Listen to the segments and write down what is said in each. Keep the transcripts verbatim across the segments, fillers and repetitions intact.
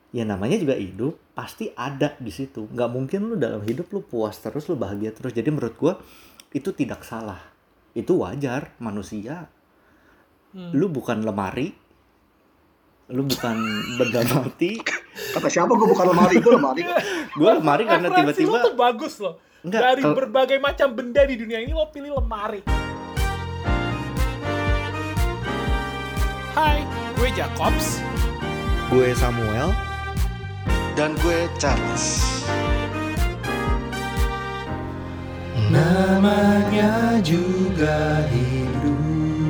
Ya namanya juga hidup, pasti ada di situ. Nggak mungkin lu dalam hidup lu puas terus, lu bahagia terus. Jadi menurut gua itu tidak salah. Itu wajar, manusia. Hmm. Lu bukan lemari, lu bukan benda mati. Kata siapa gue bukan lemari, gue lemari. Gue lemari karena Referensi tiba-tiba lu tuh bagus loh. Enggak, Dari kal- berbagai macam benda di dunia ini lo pilih lemari. Hai, gue Jacobs. gue Samuel. Dan gue Charles. Namanya juga hidup.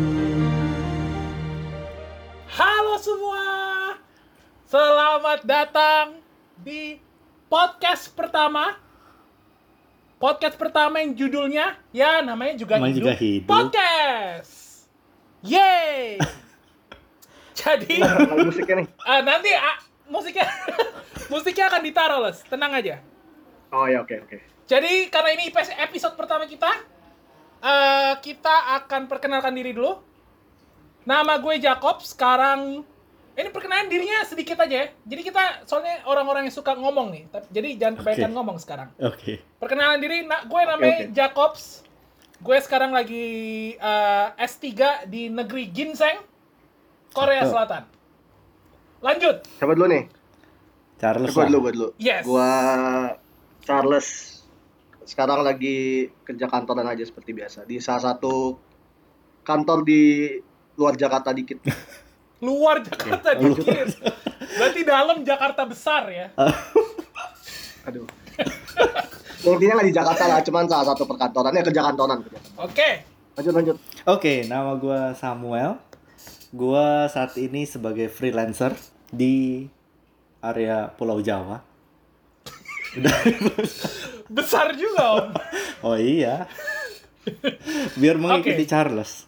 Halo semua, selamat datang di podcast pertama. Podcast pertama yang judulnya, ya namanya juga, Namanya hidup. juga hidup. Podcast. Yeay. Jadi, Nah, lagi musiknya nih. ah, nanti ah, musiknya musiknya akan ditaruh, Les. Tenang aja. Oh ya, oke oke. Jadi karena ini episode pertama kita, uh, kita akan perkenalkan diri dulu. Nama gue Jacob. Sekarang ini perkenalan dirinya sedikit aja ya. Jadi kita soalnya orang-orang yang suka ngomong nih. Jadi jangan kebanyakan Oke. ngomong sekarang. Oke. Okay. Perkenalan diri, nah, gue namanya oke. Jacobs. Gue sekarang lagi uh, S tiga di negeri Ginseng, Korea Cakep. Selatan. Lanjut. Siapa dulu nih? Charles Gue lah. dulu, gue dulu. Yes. Gua Charles. Sekarang lagi kerja kantoran aja seperti biasa. Di salah satu kantor di luar Jakarta dikit. Luar Jakarta dikit. Berarti dalam Jakarta besar ya. Aduh. Intinya nggak di Jakarta lah, cuman salah satu perkantorannya kerja kantoran. kerja kantoran. Oke. Lanjut, lanjut. Oke, nama gue Samuel. Gue saat ini sebagai freelancer di area Pulau Jawa. Besar juga, Om. Oh iya. Biar mengikuti Oke. Charles.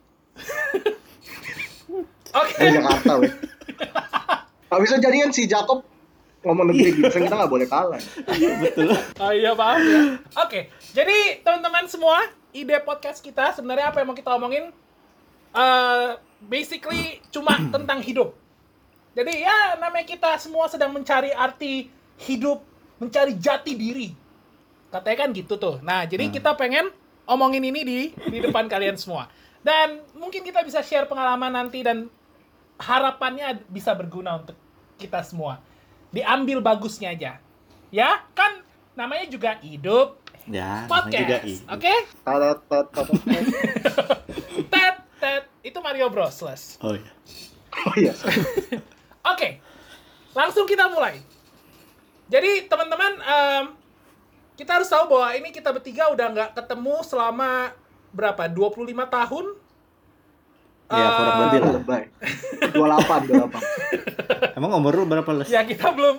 Oke. Dari Jakarta, weh. Gak bisa jadi kan si Jacob ngomong negeri Ginseng, kita nggak boleh kalah. Betul. Oh iya, paham ya. Oke. Jadi, teman-teman semua, ide podcast kita sebenarnya apa yang mau kita omongin? Uh, basically cuma tentang hidup. Jadi ya namanya kita semua sedang mencari arti hidup, mencari jati diri. Katanya kan gitu tuh. Nah, jadi Hmm. kita pengen omongin ini di di depan kalian semua. Dan mungkin kita bisa share pengalaman nanti dan harapannya bisa berguna untuk kita semua. Diambil bagusnya aja. Ya, kan namanya juga hidup Ya, namanya juga podcast. hidup. Oke? Tarat, tarat, tarat. Tet tet itu Mario Bros. Les. Oh iya. Oh iya. Oke, langsung kita mulai. Jadi teman-teman, em, kita harus tahu bahwa ini kita bertiga udah nggak ketemu selama berapa? dua puluh lima tahun? Ya, kurang lebih lah. Lebay. dua puluh delapan, dua puluh delapan. Emang umur lu berapa, Les? Ya kita belum,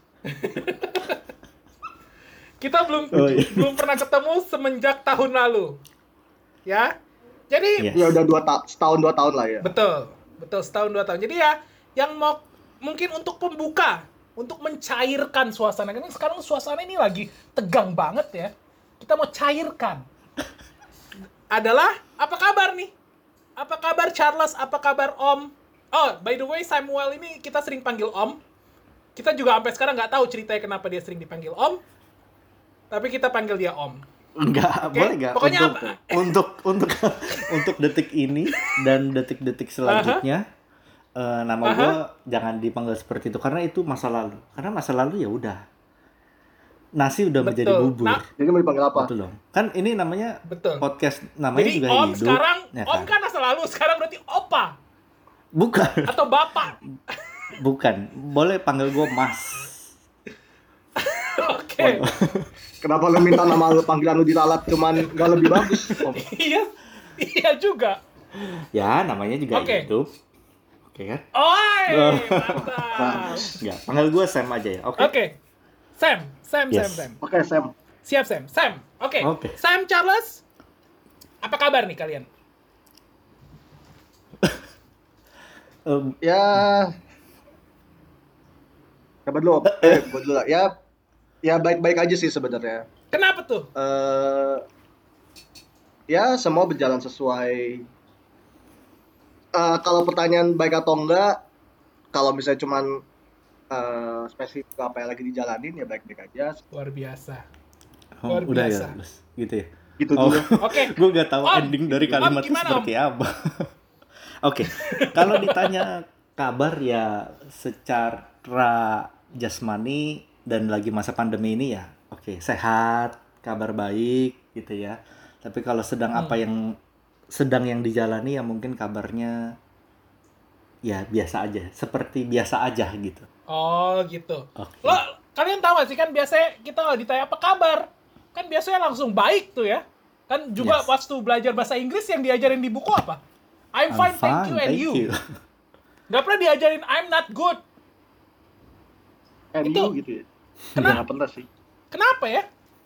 kita belum Oh, iya. belum pernah ketemu semenjak tahun lalu. Ya, jadi Yes. Ya udah dua ta- setahun dua tahun lah ya. betul, betul setahun dua tahun. Jadi ya, yang mau mungkin untuk pembuka, untuk mencairkan suasana. Karena sekarang suasana ini lagi tegang banget ya. Kita mau cairkan. Adalah, apa kabar nih? Apa kabar Charles? Apa kabar Om? Oh, by the way, Samuel ini kita sering panggil Om. Kita juga sampai sekarang nggak tahu ceritanya kenapa dia sering dipanggil Om. Tapi kita panggil dia Om. Enggak, Oke, boleh enggak? pokoknya untuk, apa? untuk untuk untuk detik ini dan detik-detik selanjutnya eh, nama Aha. gue jangan dipanggil seperti itu karena itu masa lalu. Karena masa lalu ya udah. Nasi udah Betul. menjadi bubur. Nah, Jadi mau dipanggil apa? Betul dong. Kan ini namanya Betul. podcast namanya Jadi juga Om hidup. sekarang, ya Om kan masa lalu, sekarang berarti Opa Bukan, atau Bapak. bukan. Boleh panggil gue Mas. Oke. Kenapa lu minta nama lu, panggilan lu diralat cuman gak lebih bagus? Oh, Iya, iya juga. Ya, namanya juga Oke. hidup. Oke kan? Oi, Oh. mantap. Enggak, panggil gue Sam aja ya. Oke. Oke, Sam, Sam, Sam, Yes. Sam. Oke, Sam. Siap, Sam, Sam. Oke, Oke. Sam, Charles, apa kabar nih kalian? Em, Ya. Siapa dulu? Om? Eh, gua dulu lah. Ya, ya baik-baik aja sih sebenarnya. Kenapa tuh? Eh, ya semua berjalan sesuai. Eh, kalau pertanyaan baik atau enggak, kalau misalnya cuman uh, spesifik apa yang lagi dijalanin ya baik-baik aja. Luar biasa. Oh, Luar udah biasa. ya, Bos. Gitu ya. Gitu Oh, dulu. Oke. gue gak tahu Om, ending dari Om, kalimat itu gimana, seperti apa. Oke, kalau ditanya kabar ya secara jasmani dan lagi masa pandemi ini ya, oke, sehat, kabar baik gitu ya. Tapi kalau sedang Hmm. apa yang sedang yang dijalani ya mungkin kabarnya ya biasa aja, seperti biasa aja gitu. Oh gitu. Oke. Lo kalian tahu gak sih kan biasanya kita kalau ditanya apa kabar, kan biasanya langsung baik tuh ya. Kan juga Yes. waktu belajar bahasa Inggris yang diajarin di buku apa? I'm fine, thank you, and you. Gak pernah diajarin I'm not good. M U Itu- gitu ya. Kenapa? Nggak pernah sih. Kenapa ya?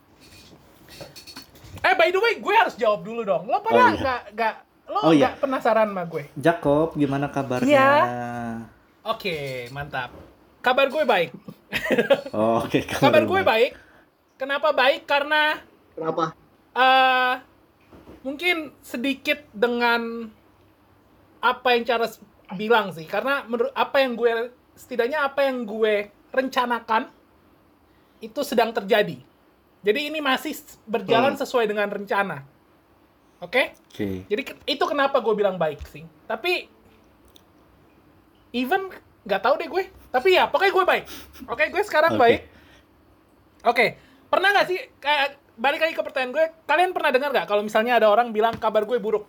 Eh by the way, gue harus jawab dulu dong. Lo pada Oh, iya. nggak nggak lo Oh, iya. nggak penasaran sama gue? Jakob, gimana kabarnya? Iya. Oke, mantap. Kabar gue baik. Oh, oke, Kabar gue baik. Kenapa baik? Karena Kenapa? eh mungkin sedikit dengan apa yang Charles bilang sih, karena menurut apa yang gue setidaknya apa yang gue rencanakan itu sedang terjadi. Jadi ini masih berjalan Hmm. sesuai dengan rencana. Oke? Oke. Jadi ke- itu kenapa gue bilang baik sih. Tapi even nggak tahu deh gue. Tapi ya pokoknya gue baik. Oke, gue sekarang Oke. baik. Oke, pernah nggak sih kayak balik lagi ke pertanyaan gue, kalian pernah dengar nggak kalau misalnya ada orang bilang kabar gue buruk?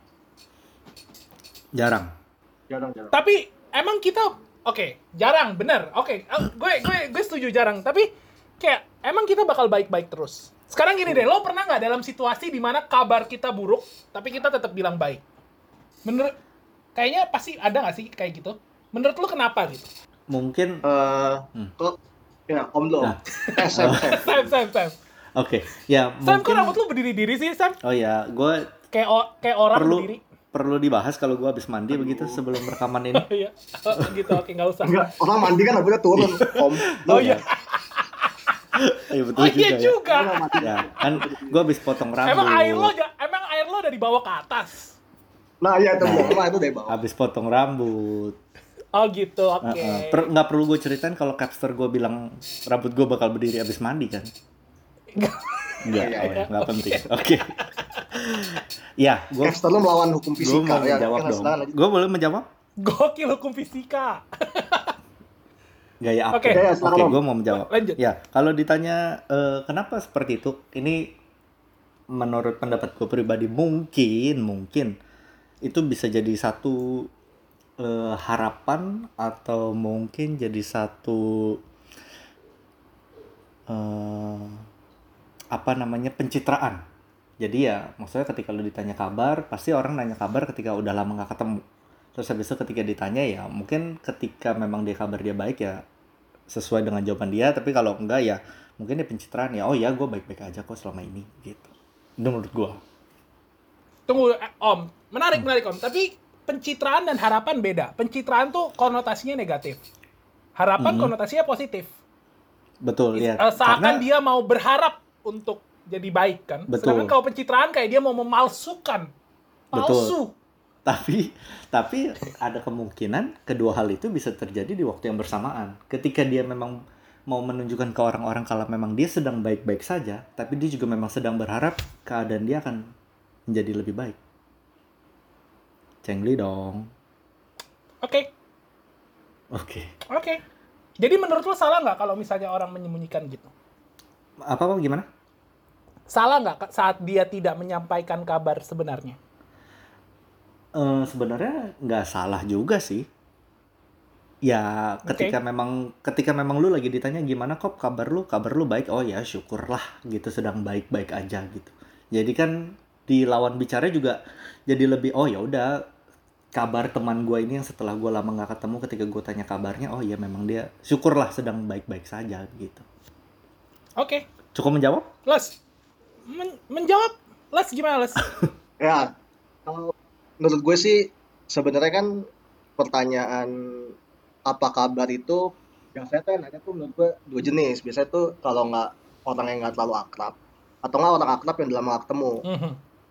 Jarang. Jarang-jarang. Tapi emang kita oke, jarang, bener. Oke, eh, gue gue gue setuju jarang. Tapi kayak emang kita bakal baik-baik terus. Sekarang gini deh, lo pernah nggak dalam situasi di mana kabar kita buruk, tapi kita tetap bilang baik? Menurut kayaknya pasti ada nggak sih kayak gitu? Menurut lo kenapa gitu? Mungkin Eh, Hmm. kok ya Om dong. Nah. Eh, Sam, Sam. Sam, Sam, Sam. oke. Ya, Sam, kok mungkin rambut lu berdiri-diri sih, Sam? Oh ya, gue Kayak o- kayak orang perlu berdiri. perlu dibahas kalau gue habis mandi begitu sebelum rekaman ini. Iya, oh, gitu, oke, nggak usah. Enggak, orang mandi kan rambutnya turun, Om. Oh iya, Iya betul oh juga iya ya. juga. Ya, kan gue habis potong rambut. Emang air lo, ja- emang air lo dari bawah ke atas. Nah, iya itu Nah. nah. itu dari bawah. Habis potong rambut. Oh gitu, oke. Heeh. Per- nggak perlu gue ceritain kalau capster gue bilang rambut gue bakal berdiri habis mandi kan? Enggak, Iya, oh, iya. nggak penting. Oke. Ya, gue Caster lu melawan hukum gue fisika mau ya. menjawab kan, dong. silakan aja. Gue boleh menjawab? Gokil hukum fisika. Gaya apa? Oke. Oke, Ya, silakan, Om. gue mau menjawab. Lanjut. Ya, kalau ditanya eh, kenapa seperti itu, ini menurut pendapat gue pribadi mungkin, mungkin itu bisa jadi satu eh, harapan atau mungkin jadi satu eh, apa namanya pencitraan. Jadi ya, maksudnya ketika lu ditanya kabar, pasti orang nanya kabar ketika udah lama nggak ketemu. Terus habis itu ketika ditanya ya, mungkin ketika memang dia kabar dia baik ya sesuai dengan jawaban dia, tapi kalau enggak ya mungkin dia pencitraan ya, oh ya gue baik-baik aja kok selama ini gitu. Itu menurut gue. Tunggu, eh, Om. Menarik, menarik, Om. Tapi pencitraan dan harapan beda. Pencitraan tuh konotasinya negatif. Harapan Mhm. konotasinya positif. Betul ya. Eh, seakan Karena dia mau berharap untuk jadi baik kan. Betul. Sedangkan kalau pencitraan kayak dia mau memalsukan. Palsu. tapi tapi ada kemungkinan kedua hal itu bisa terjadi di waktu yang bersamaan. Ketika dia memang mau menunjukkan ke orang-orang kalau memang dia sedang baik-baik saja, tapi dia juga memang sedang berharap keadaan dia akan menjadi lebih baik. Cengli dong. Oke, Oke. oke. Jadi menurut lo salah nggak kalau misalnya orang menyembunyikan gitu? Apa apa gimana? Salah nggak Kak, saat dia tidak menyampaikan kabar sebenarnya? Eh, sebenarnya nggak salah juga sih. Ya, ketika memang ketika memang lu lagi ditanya gimana kok kabar lu, kabar lu baik. Oh ya, syukurlah gitu, sedang baik-baik aja gitu. Jadi kan di lawan bicara juga jadi lebih oh ya udah kabar teman gue ini yang setelah gue lama nggak ketemu ketika gue tanya kabarnya, oh ya memang dia syukurlah sedang baik-baik saja gitu. Oke, Cukup menjawab? Les. Men- menjawab, Les gimana Les? Ya, kalau menurut gue sih sebenarnya kan pertanyaan apa kabar itu biasanya tuh yang nanya tuh menurut gue dua jenis. Biasanya tuh kalau nggak orang yang nggak terlalu akrab atau nggak orang akrab yang udah lama nggak ketemu. Mhm.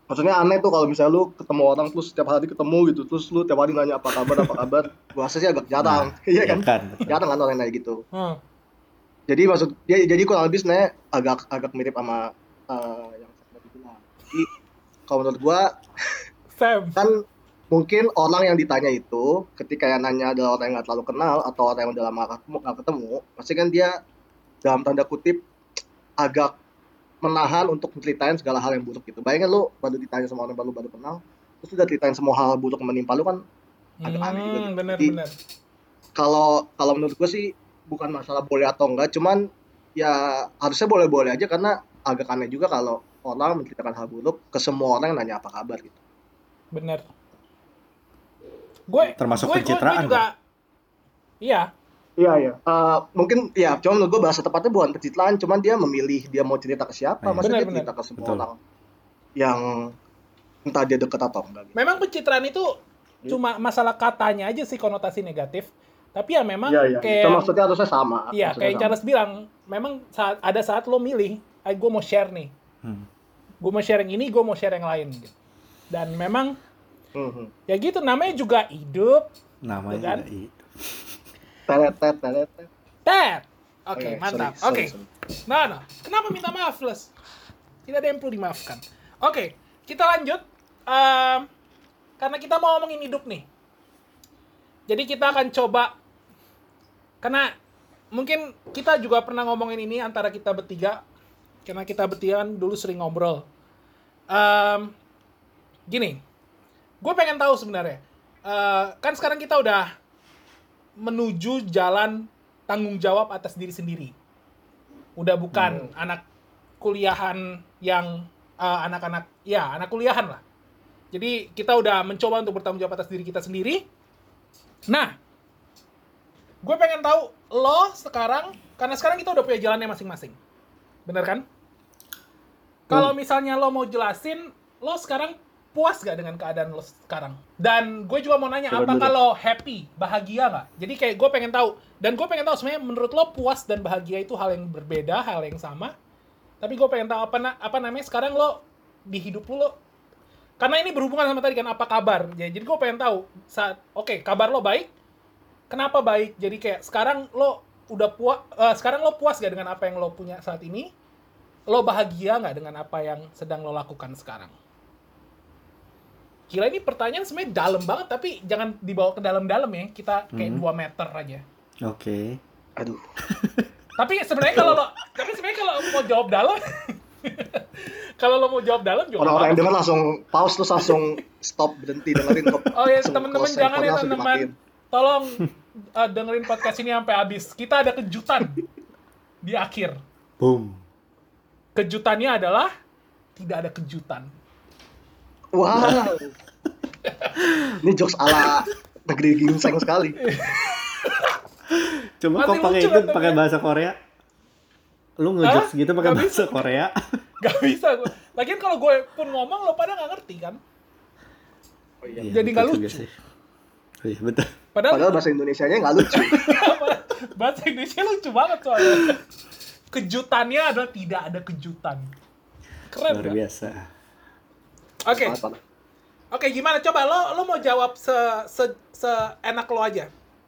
Maksudnya aneh tuh kalau misalnya lu ketemu orang terus setiap hari ketemu gitu, terus lu tiap hari nanya apa kabar apa kabar. Gua rasa sih agak jarang, Nah, iya ya kan? kan, betul. Jarang kan orang yang kayak gitu. Hmm. Jadi maksud ya, jadi kurang lebih sebenarnya agak agak mirip sama uh, yang saya tadi bilang. Jadi kalau menurut gua Sam. kan mungkin orang yang ditanya itu ketika yang nanya adalah orang yang nggak terlalu kenal atau orang yang udah lama nggak ketemu, nggak ketemu, pasti kan dia dalam tanda kutip agak menahan untuk menceritain segala hal yang buruk gitu. Bayangin lu baru ditanya sama orang baru baru kenal, terus udah ceritain semua hal buruk yang menimpa lu kan agak aneh juga Hmm, gitu. bener Jadi bener. kalau kalau menurut gue sih bukan masalah boleh atau enggak, cuman ya harusnya boleh-boleh aja karena agak aneh juga kalau orang menceritakan hal buruk ke semua orang yang nanya apa kabar gitu. Bener. Gue Termasuk gue gue, gue pencitraan, juga iya. Iya iya. Eh, mungkin ya, cuma menurut gue bahasa tepatnya bukan pencitraan, cuman dia memilih dia mau cerita ke siapa, Iya. maksudnya dia Benar, cerita ke semua Betul. orang yang entah dia deket atau enggak. Gitu. Memang pencitraan itu cuma masalah katanya aja sih konotasi negatif. Tapi ya memang Iya iya. kayak Itu maksudnya harusnya sama. iya, maksudnya kayak yang sama. Charles bilang, memang saat ada saat lo milih, ah gue mau share nih. Hmm. Gue mau share yang ini, gue mau share yang lain gitu. Dan memang Mhm. ya gitu, namanya juga hidup. Namanya Bukan? juga itu. Telet-telet, telet-telet. Tet. Oke, Oke, mantap. sorry, Oke. sorry, sorry. Nah, nah. Kenapa minta maaf, Les? Tidak ada yang perlu dimaafkan. Oke, kita lanjut. Ehm, karena kita mau ngomongin hidup nih. Jadi kita akan coba, karena mungkin kita juga pernah ngomongin ini antara kita bertiga. Karena kita bertiga kan dulu sering ngobrol. Ehm, gini, gue pengen tahu sebenarnya. Eh, kan sekarang kita udah menuju jalan tanggung jawab atas diri sendiri. Udah bukan anak kuliahan yang uh, anak-anak, ya anak kuliahan lah. Jadi kita udah mencoba untuk bertanggung jawab atas diri kita sendiri. Nah, gue pengen tahu lo sekarang, karena sekarang kita udah punya jalannya masing-masing. Bener kan? Kalau misalnya lo mau jelasin, lo sekarang puas gak dengan keadaan lo sekarang? Dan gue juga mau nanya, Coba apakah dulu. lo happy, bahagia gak? Jadi kayak gue pengen tahu, dan gue pengen tahu sebenarnya menurut lo puas dan bahagia itu hal yang berbeda, hal yang sama. Tapi gue pengen tahu apa na- apa namanya sekarang lo di hidup lo, lo karena ini berhubungan sama tadi kan apa kabar. Ya, jadi gue pengen tahu saat oke, okay, kabar lo baik. Kenapa baik? Jadi kayak sekarang lo udah puas, uh, sekarang lo puas gak dengan apa yang lo punya saat ini? Lo bahagia gak dengan apa yang sedang lo lakukan sekarang? Gila, ini pertanyaan sebenarnya dalam banget, tapi jangan dibawa ke dalam-dalam ya. Kita kayak dua meter aja. Oke. Aduh. Tapi sebenarnya kalau lo, tapi sebenarnya kalau mau jawab dalam, kalau lo mau jawab dalam juga. Orang-orang yang nggak dengar langsung pause terus langsung stop, berhenti dengerin kok. apa-apa. Oh ya Langsung teman-teman, close jangan ya handphone, langsung teman-teman, dimatiin. tolong uh, dengerin podcast ini sampai habis. Kita ada kejutan di akhir. Boom. Kejutannya adalah tidak ada kejutan. Wow. Ini jokes ala negeri ginseng sekali. Coba Masih kok pakai lucu itu, kan, pakai tapi- bahasa Korea. Lu ngejokes Hah? gitu pakai Nggak bahasa bisa. Korea. Gak bisa gue. Lagian kalau gue pun ngomong lo pada nggak ngerti kan. Oh, iya. Iya, Jadi nggak betul juga lucu. sih. Oh, iya, betul. Padahal, Padahal bahasa Indonesianya nggak lucu. bahasa Indonesia lucu banget soalnya. Kejutannya adalah tidak ada kejutan. Keren Luar kan? biasa. Oke. Parah, parah. Oke, gimana? Coba lo lo mau jawab se se seenak lo aja.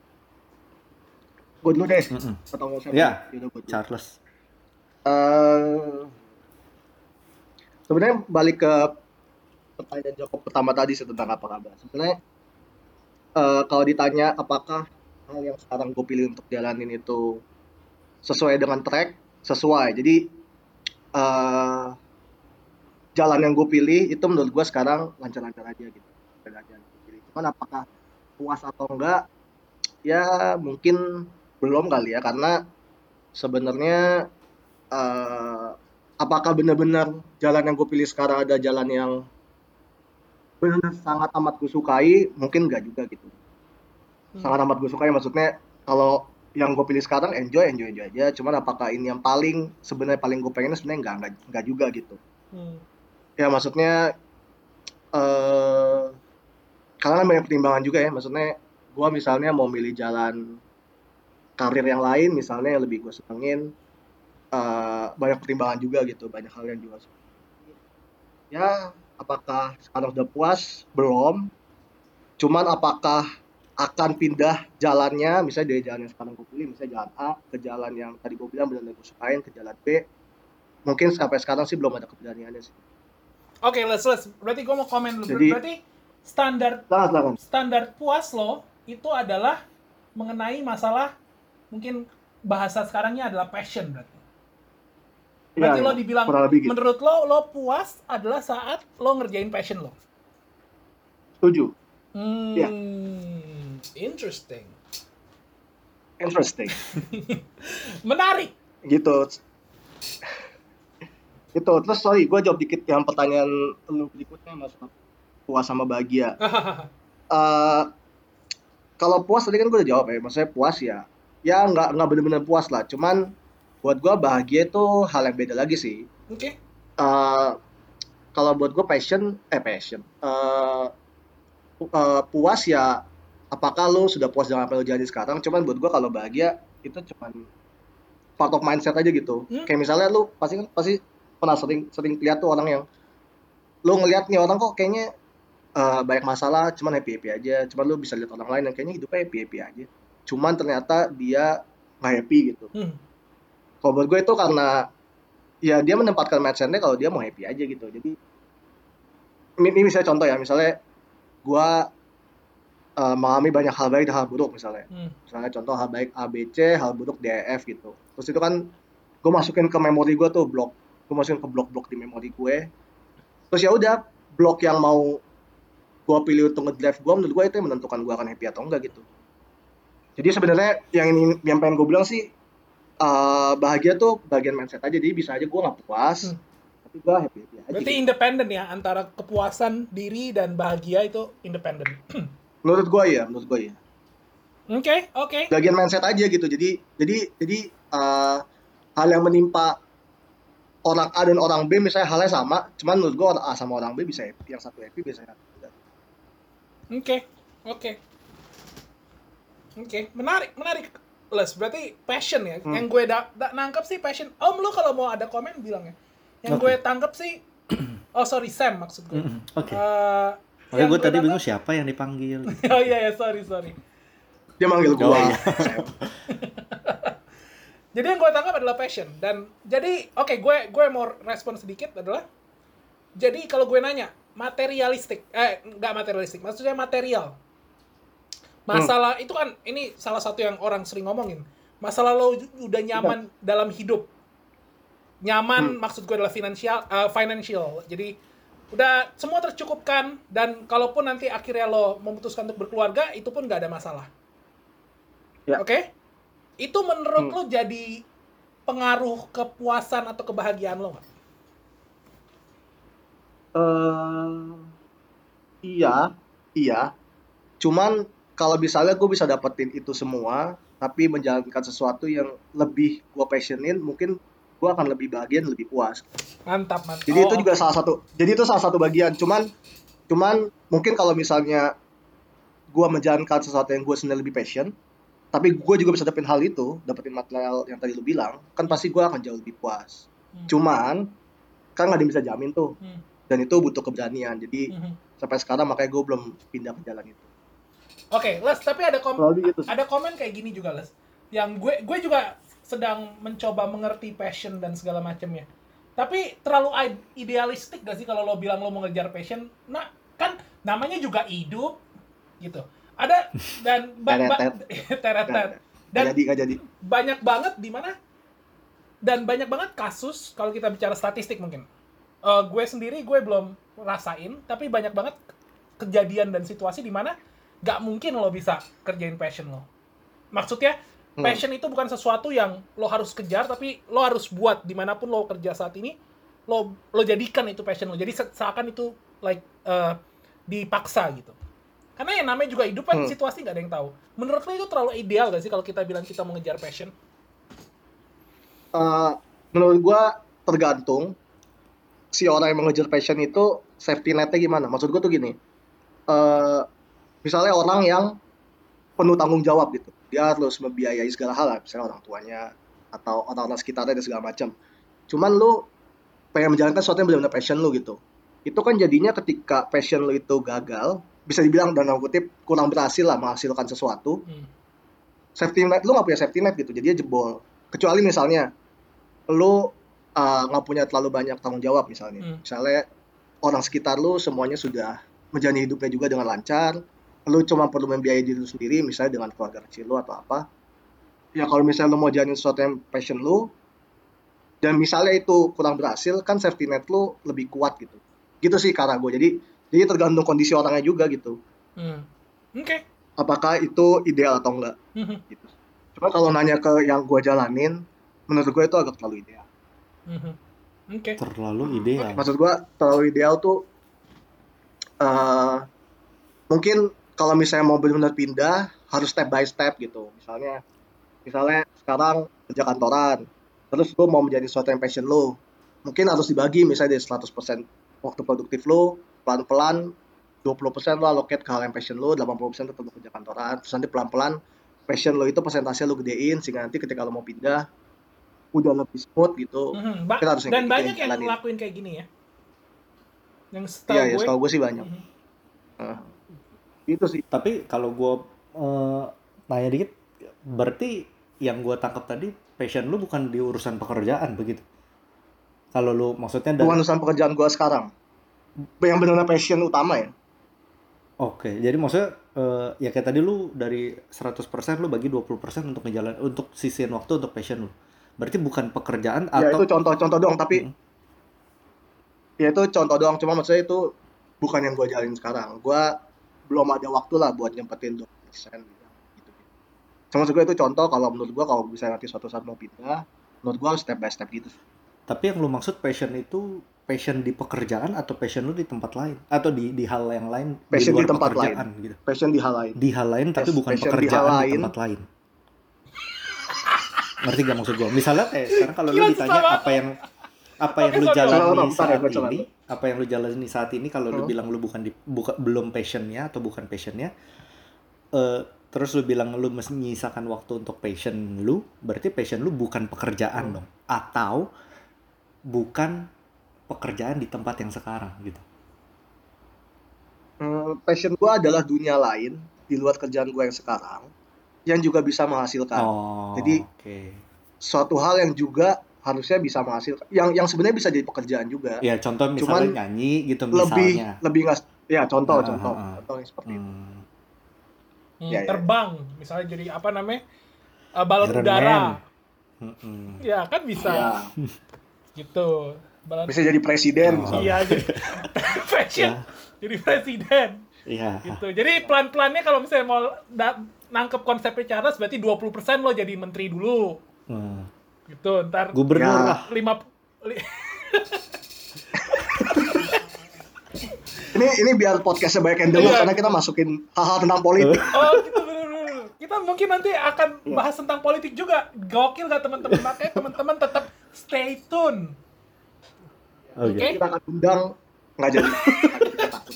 Gue dulu deh. Mm-mm. Atau mau siapa? Ya, Yaudah, gua dulu. Charles. Eh, sebenarnya balik ke pertanyaan Jakob pertama tadi sih tentang apa kabar. Sebenarnya eh, kalau ditanya apakah hal yang sekarang gue pilih untuk jalanin itu sesuai dengan track, sesuai. Jadi eh, jalan yang gue pilih itu menurut gue sekarang lancar-lancar aja gitu. Jalan yang gue pilih. Cuman apakah puas atau enggak? Ya mungkin belum kali ya, karena sebenarnya eh, apakah benar-benar jalan yang gue pilih sekarang ada jalan yang benar sangat amat gue sukai? Mungkin enggak juga gitu. Sangat amat gue sukai maksudnya kalau yang gue pilih sekarang enjoy enjoy enjoy aja. Cuman apakah ini yang paling sebenarnya paling gue pengen? Sebenarnya enggak, enggak enggak juga gitu. Hmm. Ya maksudnya eh karena kan banyak pertimbangan juga ya. Maksudnya gue misalnya mau milih jalan karir yang lain misalnya yang lebih gue senengin, eh banyak pertimbangan juga gitu, banyak hal yang juga ya apakah sekarang udah puas? Belum. Cuman apakah akan pindah jalannya, misalnya dari jalan yang sekarang gue pilih, misalnya jalan A ke jalan yang tadi gue bilang benar-benar gue sukain, ke jalan B, mungkin sampai sekarang sih belum ada keberaniannya sih. Oke, les les. Berarti gue mau komen dulu. Jadi- Berarti standar Silakan, silakan. standar puas lo itu adalah mengenai masalah mungkin bahasa sekarangnya adalah passion berarti. Berarti Iya, lo iya. dibilang Kurang lebih gitu. menurut lo lo puas adalah saat lo ngerjain passion lo. Setuju. Hmm, Iya. interesting. Interesting. Menarik. Gitu. Gitu. Terus sorry, gue jawab dikit yang pertanyaan lu berikutnya masalah puas sama bahagia. Eh, kalau puas tadi kan gue udah jawab ya, maksudnya puas ya, ya nggak nggak benar-benar puas lah. Cuman buat gue bahagia itu hal yang beda lagi sih. Oke. Eh, kalau buat gue passion, eh passion, eh pu- eh, puas ya, apakah lo sudah puas dengan apa yang lo jadi sekarang? Cuman buat gue kalau bahagia itu cuman part of mindset aja gitu. Hmm. Kayak misalnya lo pasti kan pasti pernah sering sering lihat tuh orang yang lo ngelihat nih orang kok kayaknya eh, banyak masalah, cuman happy happy aja. Cuman lo bisa lihat orang lain yang kayaknya hidupnya happy happy aja. Cuman ternyata dia nggak happy gitu. Hmm. Kalau buat gue itu karena ya dia menempatkan mindsetnya kalau dia mau happy aja gitu. Jadi ini, ini misalnya contoh ya, misalnya gue eh, mengalami banyak hal baik dan hal buruk misalnya. Hmm. Misalnya contoh hal baik A B C, hal buruk D E F gitu. Terus itu kan gue masukin ke memori gue tuh blok, gue masukin ke blok-blok di memori gue. Terus ya udah blok yang mau gue pilih untuk ngedrive gue, menurut gue itu yang menentukan gue akan happy atau enggak gitu. Jadi sebenarnya yang ini yang pengen gue bilang sih eh, bahagia tuh bagian mindset aja. Jadi bisa aja gue nggak puas, Hmm. tapi gue happy happy aja. Berarti gitu. independen ya antara kepuasan diri dan bahagia itu independen. Menurut gue ya, menurut gue ya. Oke, oke. Bagian mindset aja gitu. Jadi jadi jadi eh, hal yang menimpa orang A dan orang B misalnya halnya sama, cuman menurut gue orang A sama orang B bisa happy, yang satu happy biasanya. Oke, oke. Oke, menarik, menarik. Les, berarti passion ya. Hmm. Yang gue da- da- nangkep sih passion. Om, lu kalau mau ada komen bilang ya. Yang Oke. gue tangkep sih, oh sorry, Sam maksud gue. Mm-mm, oke. Eh, Oke, yang gue tadi tangkep- bingung siapa yang dipanggil. Oh iya, ya, sorry, sorry. Dia manggil gue. Oh, iya. Jadi yang gue tangkap adalah passion. Dan jadi, oke, gue gue mau respon sedikit adalah, jadi kalau gue nanya, materialistik, eh, nggak materialistik, maksudnya material. Masalah, itu kan, ini salah satu yang orang sering ngomongin. Masalah lo udah nyaman dalam hidup. Nyaman, maksud gue adalah financial, eh, financial. Jadi, udah semua tercukupkan, dan kalaupun nanti akhirnya lo memutuskan untuk berkeluarga, itu pun nggak ada masalah. Ya. Oke? Itu menurut Hmm. lo jadi pengaruh kepuasan atau kebahagiaan lo nggak? Eh, iya, iya. Cuman kalau misalnya gue bisa dapetin itu semua, tapi menjalankan sesuatu yang lebih gue passionin, mungkin gue akan lebih bahagia dan lebih puas. Mantap, mantap. Jadi Oh, itu juga salah satu. Jadi itu salah satu bagian. Cuman, cuman mungkin kalau misalnya gue menjalankan sesuatu yang gue sendiri lebih passion, tapi gue juga bisa dapetin hal itu, dapetin material yang tadi lu bilang, kan pasti gue akan jauh lebih puas. Hmm. Cuman kan nggak ada yang bisa jamin tuh, Hmm. dan itu butuh keberanian. Jadi Mhm. sampai sekarang makanya gue belum pindah ke jalan itu. Oke, Les, tapi ada kom Kurang lebih gitu sih. ada komen kayak gini juga, Les. Yang gue gue juga sedang mencoba mengerti passion dan segala macamnya. Tapi terlalu ide- idealistik gak sih kalau lo bilang lo mau ngejar passion? Nah, kan namanya juga hidup gitu. Ada dan ba- ba- teretet. Nggak Dan jadi, nggak jadi. banyak banget di mana dan banyak banget kasus kalau kita bicara statistik mungkin. Eh, gue sendiri gue belum rasain, tapi banyak banget kejadian dan situasi di mana gak mungkin lo bisa kerjain passion lo. Maksudnya Hmm. passion itu bukan sesuatu yang lo harus kejar, tapi lo harus buat dimanapun lo kerja saat ini, lo lo jadikan itu passion lo. Jadi se- seakan itu like eh, dipaksa gitu. Karena yang namanya juga hidup kan Hmm. situasi nggak ada yang tahu. Menurut lo itu terlalu ideal gak sih kalau kita bilang kita mau ngejar passion? Eh, menurut gue tergantung si orang yang mengejar passion itu safety net-nya gimana. Maksud gue tuh gini, eh misalnya orang yang penuh tanggung jawab gitu, dia harus membiayai segala hal lah, misalnya orang tuanya atau orang-orang sekitarnya dan segala macam. Cuman lu pengen menjalankan sesuatu yang benar-benar passion lu gitu. itu kan jadinya ketika passion lu itu gagal, bisa dibilang dalam kutip kurang berhasil lah menghasilkan sesuatu, Hmm. safety net lu nggak punya safety net gitu, jadinya jebol. Kecuali misalnya lu uh, nggak punya terlalu banyak tanggung jawab misalnya, Hmm. misalnya orang sekitar lu semuanya sudah menjalani hidupnya juga dengan lancar, lu cuma perlu membiayai diri lu sendiri, misalnya dengan keluarga kecil lu atau apa. Ya kalau misalnya lu mau jalanin sesuatu yang passion lu, dan misalnya itu kurang berhasil, kan safety net lu lebih kuat gitu. Gitu sih cara gue. Jadi jadi tergantung kondisi orangnya juga gitu. Hmm. Oke. Apakah itu ideal atau enggak Mhm. gitu. Cuma kalau nanya ke yang gue jalanin, menurut gue itu agak terlalu ideal. Mhm. Oke. Terlalu ideal. Maksud gue terlalu ideal tuh uh, mungkin kalau misalnya mau benar-benar pindah harus step by step gitu. Misalnya misalnya sekarang kerja kantoran, terus lo mau menjadi sesuatu yang passion lo, mungkin harus dibagi misalnya dari seratus persen waktu produktif lo, pelan-pelan dua puluh persen lo allocate ke hal yang passion lo, delapan puluh persen tetap kerja kantoran, terus nanti pelan-pelan passion lo itu persentase lo gedein, sehingga nanti ketika lo mau pindah udah lebih smooth gitu. Mhm. Ba- Kita harus yang dan kayak gitu banyak yang yang jalanin. ngelakuin kayak gini ya. Yang setahu Iya ya, gue. setahu gue sih banyak. Mhm. Nah, itu sih. Tapi kalau gue uh, nanya dikit, berarti yang gue tangkap tadi passion lu bukan di urusan pekerjaan begitu? Kalau lu maksudnya dari... Bukan urusan pekerjaan gue sekarang. Yang benar-benar passion utama ya. Oke, jadi maksudnya uh, ya kayak tadi lu dari seratus persen lu bagi dua puluh persen untuk ngejalan untuk sisihin waktu untuk passion lu. Berarti bukan pekerjaan Ya atau itu contoh-contoh doang, tapi Mm. ya itu contoh doang. Cuma maksudnya itu bukan yang gue jalanin sekarang. Gue belum ada waktu lah buat nyempetin dua puluh persen gitu. Cuma maksud gue itu contoh, kalau menurut gue kalau bisa nanti suatu saat mau pindah, menurut gue harus step by step gitu. Tapi yang lu maksud passion itu passion di pekerjaan atau passion lu di tempat lain atau di di hal yang lain Passion di luar di tempat pekerjaan lain. gitu. Passion di hal lain. Di hal lain tapi Yes, bukan passion di hal pekerjaan di, lain. tempat lain. Ngerti gak maksud gua? Misalnya kayak sekarang kalau lu Gila, ditanya susah apa yang apa yang Oke, lu sorry, jalani sorry. Bentar ya, saat gua coba. ini, apa yang lu jalani saat ini kalau lu Hmm. bilang lu bukan di buka, belum passionnya atau bukan passionnya, eh terus lu bilang lu mesti menyisakan waktu untuk passion lu, berarti passion lu bukan pekerjaan Hmm. dong, atau bukan pekerjaan di tempat yang sekarang gitu. Hmm, passion gue adalah dunia lain di luar kerjaan gue yang sekarang yang juga bisa menghasilkan. Oh, Jadi oke. suatu hal yang juga harusnya bisa menghasilkan, yang yang sebenarnya bisa jadi pekerjaan juga. Ya contoh misalnya Cuman nyanyi gitu lebih misalnya. lebih nggak, ya contoh Ah, contoh ah, ah. contoh yang seperti itu. Hmm. Hmm, Ya, ya, ya. terbang, misalnya jadi apa namanya? Uh, balon Iron udara. Man. Mm-mm. Ya, kan bisa. Ya, Gitu. Balon bisa jadi presiden Oh. misalnya. Iya, jadi fashion. Ya. Jadi presiden. Iya. Gitu. Jadi pelan-pelannya kalau misalnya mau da- nangkep konsepnya Charles berarti dua puluh persen lo jadi menteri dulu. Hmm. Gitu. Ntar Gubernur Ya. lah. lima li- Ini ini biar podcastnya banyak yang dengar Iya. karena kita masukin hal-hal tentang politik. Oh, gitu bener-bener. Kita mungkin nanti akan bahas tentang politik juga. Gokil gak teman-teman? Makanya teman-teman tetap stay tune. Oke. Oke. Kita akan undang nggak jadi. Nggak jadi, kita takut.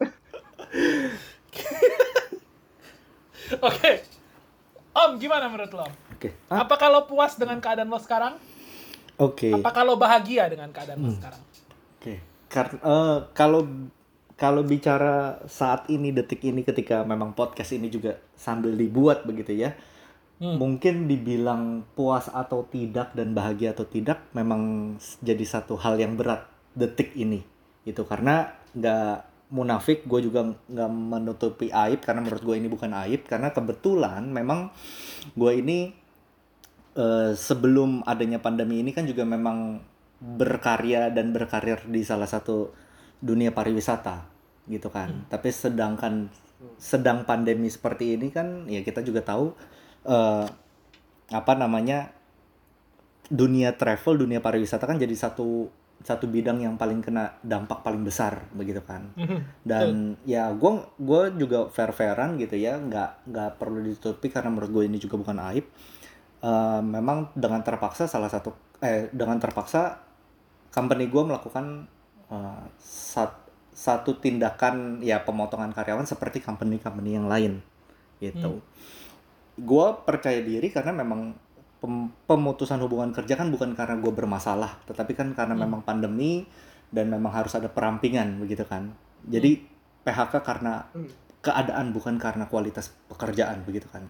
Oke. Om, gimana menurut lo? Oke. Ah, Apakah lo puas dengan keadaan lo sekarang? Oke. Apakah lo bahagia dengan keadaan lo sekarang? Oke. Karena eh, kalau kalau bicara saat ini detik ini ketika memang podcast ini juga sambil dibuat begitu ya. Hmm. Mungkin dibilang puas atau tidak dan bahagia atau tidak memang jadi satu hal yang berat detik ini gitu karena nggak munafik gue juga nggak menutupi aib karena menurut gue ini bukan aib karena kebetulan memang gue ini eh, sebelum adanya pandemi ini kan juga memang berkarya dan berkarir di salah satu dunia pariwisata gitu kan tapi sedangkan sedang pandemi seperti ini kan ya kita juga tahu eh, apa namanya dunia travel, dunia pariwisata kan jadi satu satu bidang yang paling kena dampak paling besar begitu kan. Dan ya gue gue juga fair-fairan gitu ya, nggak nggak perlu ditutupi karena menurut gue ini juga bukan aib. Eh, memang dengan terpaksa salah satu eh dengan terpaksa company gue melakukan eh, sat- satu tindakan ya pemotongan karyawan seperti company-company yang lain gitu. Gue percaya diri karena memang pem- pemutusan hubungan kerja kan bukan karena gue bermasalah, tetapi kan karena memang pandemi dan memang harus ada perampingan begitu kan. Jadi P H K karena keadaan bukan karena kualitas pekerjaan begitu kan.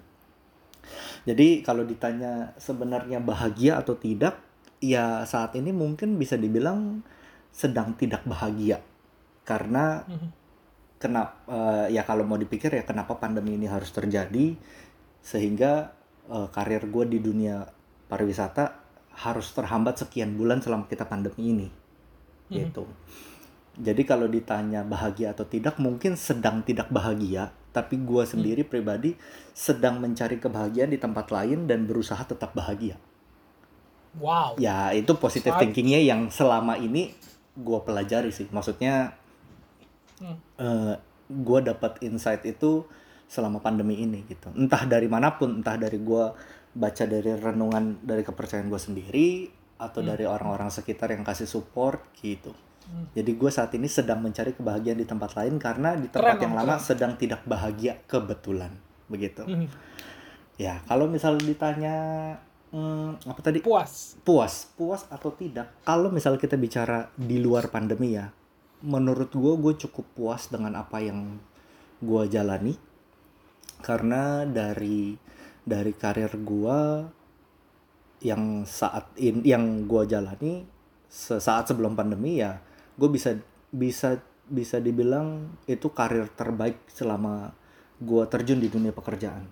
Jadi kalau ditanya sebenarnya bahagia atau tidak, ya saat ini mungkin bisa dibilang sedang tidak bahagia karena kenapa uh, ya kalau mau dipikir ya kenapa pandemi ini harus terjadi sehingga uh, karir gue di dunia pariwisata harus terhambat sekian bulan selama kita pandemi ini mm-hmm. gitu. Jadi kalau ditanya bahagia atau tidak, mungkin sedang tidak bahagia, tapi gue sendiri mm. pribadi sedang mencari kebahagiaan di tempat lain dan berusaha tetap bahagia. Wow. Ya itu positive thinkingnya yang selama ini gue pelajari sih. Maksudnya mm. uh, gue dapat insight itu selama pandemi ini gitu. Entah dari manapun, entah dari gue baca dari renungan dari kepercayaan gue sendiri atau hmm. dari orang-orang sekitar yang kasih support gitu. Hmm. Jadi gue saat ini sedang mencari kebahagiaan di tempat lain karena di tempat keren, yang keren. lama sedang tidak bahagia kebetulan begitu. Hmm. Ya kalau misal ditanya hmm, apa tadi? Puas. Puas, puas atau tidak? Kalau misal kita bicara di luar pandemi ya, menurut gue gue cukup puas dengan apa yang gue jalani karena dari dari karir gua yang saat in yang gua jalani sesaat sebelum pandemi ya gua bisa bisa bisa dibilang itu karir terbaik selama gua terjun di dunia pekerjaan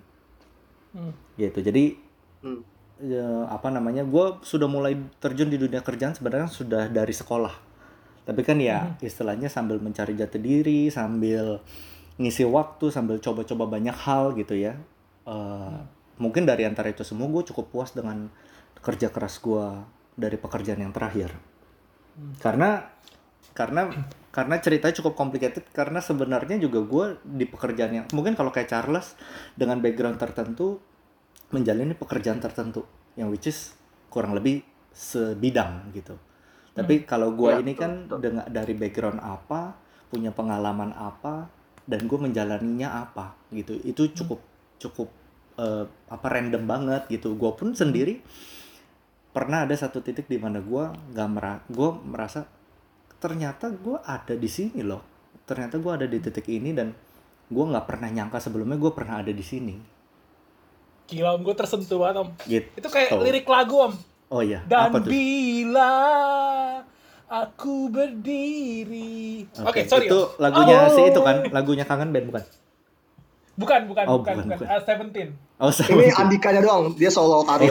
hmm. gitu. Jadi hmm. ya, apa namanya gua sudah mulai terjun di dunia kerjaan sebenarnya sudah dari sekolah, tapi kan ya hmm. istilahnya sambil mencari jati diri, sambil ngisi waktu, sambil coba-coba banyak hal gitu ya. Uh, hmm. Mungkin dari antara itu semua gue cukup puas dengan kerja keras gue dari pekerjaan yang terakhir. Hmm. Karena karena karena ceritanya cukup complicated karena sebenarnya juga gue di pekerjaan yang mungkin kalau kayak Charles dengan background tertentu menjalani pekerjaan tertentu yang which is kurang lebih sebidang gitu. Hmm. Tapi kalau gue ya, ini kan dengan dari background apa, punya pengalaman apa, dan gue menjalaninya apa gitu. Itu cukup hmm. cukup Uh, apa random banget gitu. Gue pun sendiri pernah ada satu titik di mana gue nggak merasa, gue merasa ternyata gue ada di sini loh. Ternyata gue ada di titik ini dan gue nggak pernah nyangka sebelumnya gue pernah ada di sini. Gila om, gue tersentuh banget om. Gitu. Itu kayak lirik lagu om. Oh iya. Dan apa tuh? bila aku berdiri. Oke, okay. okay, sorry. Itu om. Lagunya oh. si itu kan, lagunya Kangen Band bukan? Bukan, bukan, oh, bukan, bukan. bukan. Uh, Seventeen. Oh, Seventeen. Ini Andikanya doang, dia solo karir.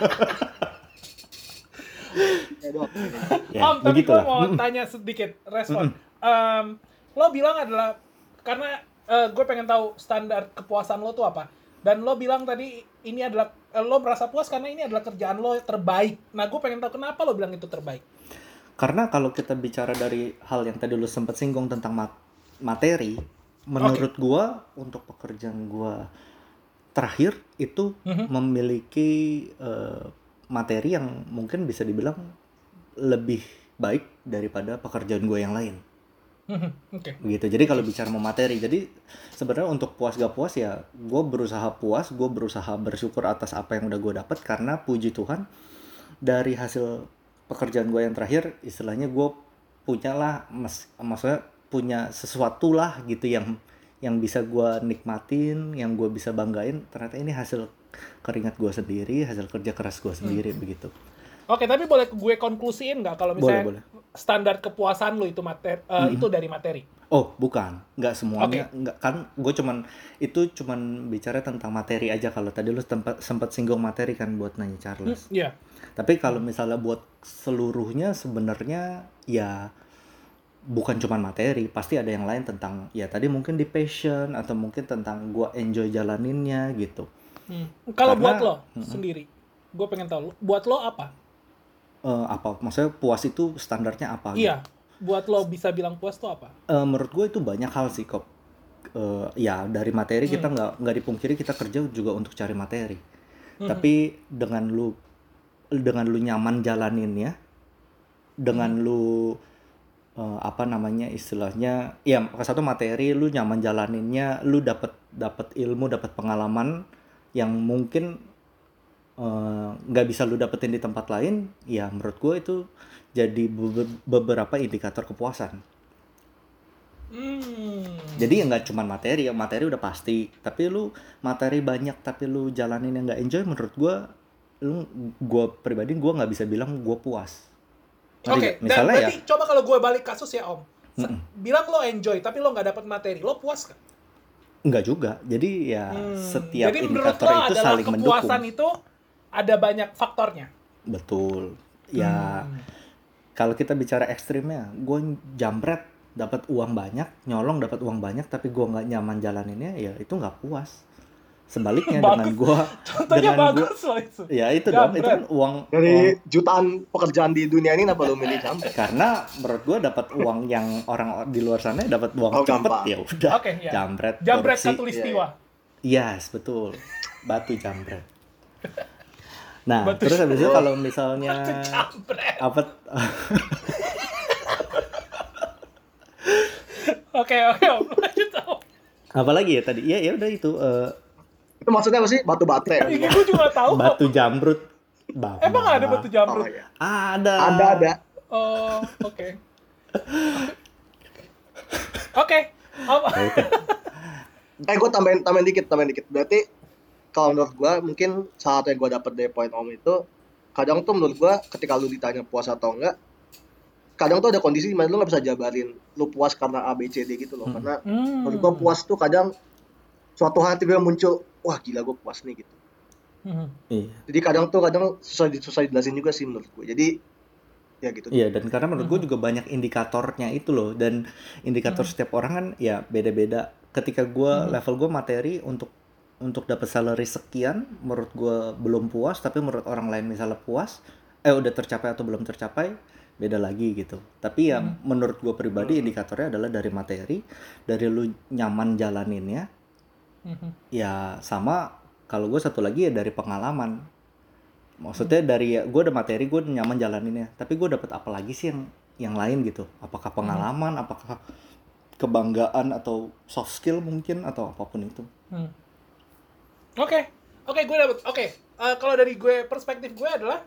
ya, Om, tapi gue mau tanya sedikit, respon. um, lo bilang adalah, karena uh, gue pengen tahu standar kepuasan lo tuh apa. Dan lo bilang tadi, ini adalah, uh, lo merasa puas karena ini adalah kerjaan lo terbaik. Nah, gue pengen tahu kenapa lo bilang itu terbaik. Karena kalau kita bicara dari hal yang tadi lo sempat singgung tentang mat- materi, menurut okay. gue untuk pekerjaan gue terakhir itu mm-hmm. memiliki uh, materi yang mungkin bisa dibilang lebih baik daripada pekerjaan gue yang lain. Mm-hmm. Okay. Begitu. Jadi kalau bicara mau materi, jadi sebenarnya untuk puas gak puas ya gue berusaha puas, gue berusaha bersyukur atas apa yang udah gue dapat karena puji Tuhan dari hasil pekerjaan gue yang terakhir istilahnya gue punya lah mas, maksudnya punya sesuatu lah gitu yang yang bisa gue nikmatin, yang gue bisa banggain. Ternyata ini hasil keringat gue sendiri, hasil kerja keras gue sendiri hmm. begitu. Oke, tapi boleh gue konklusiin nggak kalau misalnya boleh, boleh. Standar kepuasan lo itu materi, uh, mm-hmm. itu dari materi? Oh, bukan, nggak semuanya, okay. nggak kan. Gue cuman itu cuman bicara tentang materi aja. Kalau tadi lo sempat sempat singgung materi kan buat nanya Charles. Iya. Mm, yeah. Tapi kalau misalnya buat seluruhnya sebenarnya ya bukan cuma materi, pasti ada yang lain tentang ya tadi mungkin di passion atau mungkin tentang gue enjoy jalaninnya gitu. Hmm. Kalau buat lo hmm. sendiri, gue pengen tahu, buat lo apa? Uh, apa? Maksudnya puas itu standarnya apa? Iya, gitu? Buat lo bisa bilang puas tuh apa? Uh, menurut gue itu banyak hal sih kok. Uh, ya dari materi hmm. kita nggak nggak dipungkiri kita kerja juga untuk cari materi. Hmm. Tapi dengan lu dengan lu nyaman jalaninnya, dengan hmm. lu Uh, apa namanya istilahnya ya satu materi lu nyaman jalaninnya, lu dapat dapat ilmu, dapat pengalaman yang mungkin eh, nggak bisa lu dapetin di tempat lain, ya menurut gue itu jadi be- beberapa indikator kepuasan. Hmm. Jadi ya nggak cuma materi, ya materi udah pasti. Tapi lu materi banyak tapi lu jalanin yang nggak enjoy, menurut gue, lu gue pribadi gue nggak bisa bilang gue puas. Ngerti Oke, nggak? dan Misalnya ya, berarti coba kalau gue balik kasus ya Om. Sa- Mm-mm. Bilang lo enjoy, tapi lo nggak dapat materi, lo puas kan? nggak juga. Jadi ya Hmm, setiap Jadi menurut indikator lo itu adalah saling kepuasan mendukung. itu ada banyak faktornya. Betul. Ya Hmm. kalau kita bicara ekstrimnya, gue jambret dapat uang banyak, nyolong dapat uang banyak, tapi gue nggak nyaman jalaninnya, ya itu nggak puas. Sebaliknya dengan Bagus. gue, Contohnya dengan gue, bagus loh itu. ya itu dong, itu Jambret. kan uang, uang Dari jutaan pekerjaan di dunia ini, kenapa lu milih jambret? karena menurut gue dapat uang yang orang di luar sana dapat uang Oh, cepet, gampang. ya udah. Oke, ya. Jambret, Jambret korupsi. katulistiwa. Yes, betul. Batu jambret. Nah, Batu terus habis itu kalau misalnya Batu jambret. apa Oke, oke, Om. Lanjut, Om. apa lagi ya tadi? Ya ya udah itu eh, Itu maksudnya apa sih? Batu baterai? Ini gue juga tahu. Om. batu jamrut. Bang. Emang ada batu Oh jamrut? iya. Ada. Ada ada. Oh, oke. Oke. Om. Eh gue tambahin tambahin dikit tambahin dikit. Berarti kalau menurut gue mungkin salah satu yang gue dapet dari poin Om itu, kadang tuh menurut gue ketika lu ditanya puas atau enggak, kadang tuh ada kondisi dimana lu nggak bisa jabarin lu puas karena A B C D gitu loh. Hmm. Karena Hmm. menurut gue puas tuh kadang suatu hal tiba-tiba muncul, wah gila gue puas nih gitu. Hmm. Iya. Jadi kadang tuh kadang susah di- susah dijelasin juga sih menurut gue. Jadi ya gitu. Iya, dan karena menurut gue juga banyak indikatornya itu loh, dan indikator Hmm. setiap orang kan ya beda-beda. Ketika gue Hmm. level gue materi untuk untuk dapat salary sekian, menurut gue belum puas, tapi menurut orang lain misalnya puas, eh udah tercapai atau belum tercapai, beda lagi gitu. Tapi ya Hmm. menurut gue pribadi indikatornya adalah dari materi, dari lu nyaman jalaninnya, Hmm. ya sama kalau gue satu lagi ya dari pengalaman. Maksudnya dari gue udah materi, gue nyaman jalaninnya, tapi gue dapat apa lagi sih yang yang lain gitu? Apakah pengalaman, apakah kebanggaan atau soft skill mungkin atau apapun itu. Hmm. Oke, oke, gue dapet. Oke, eh, kalau dari gue perspektif gue adalah,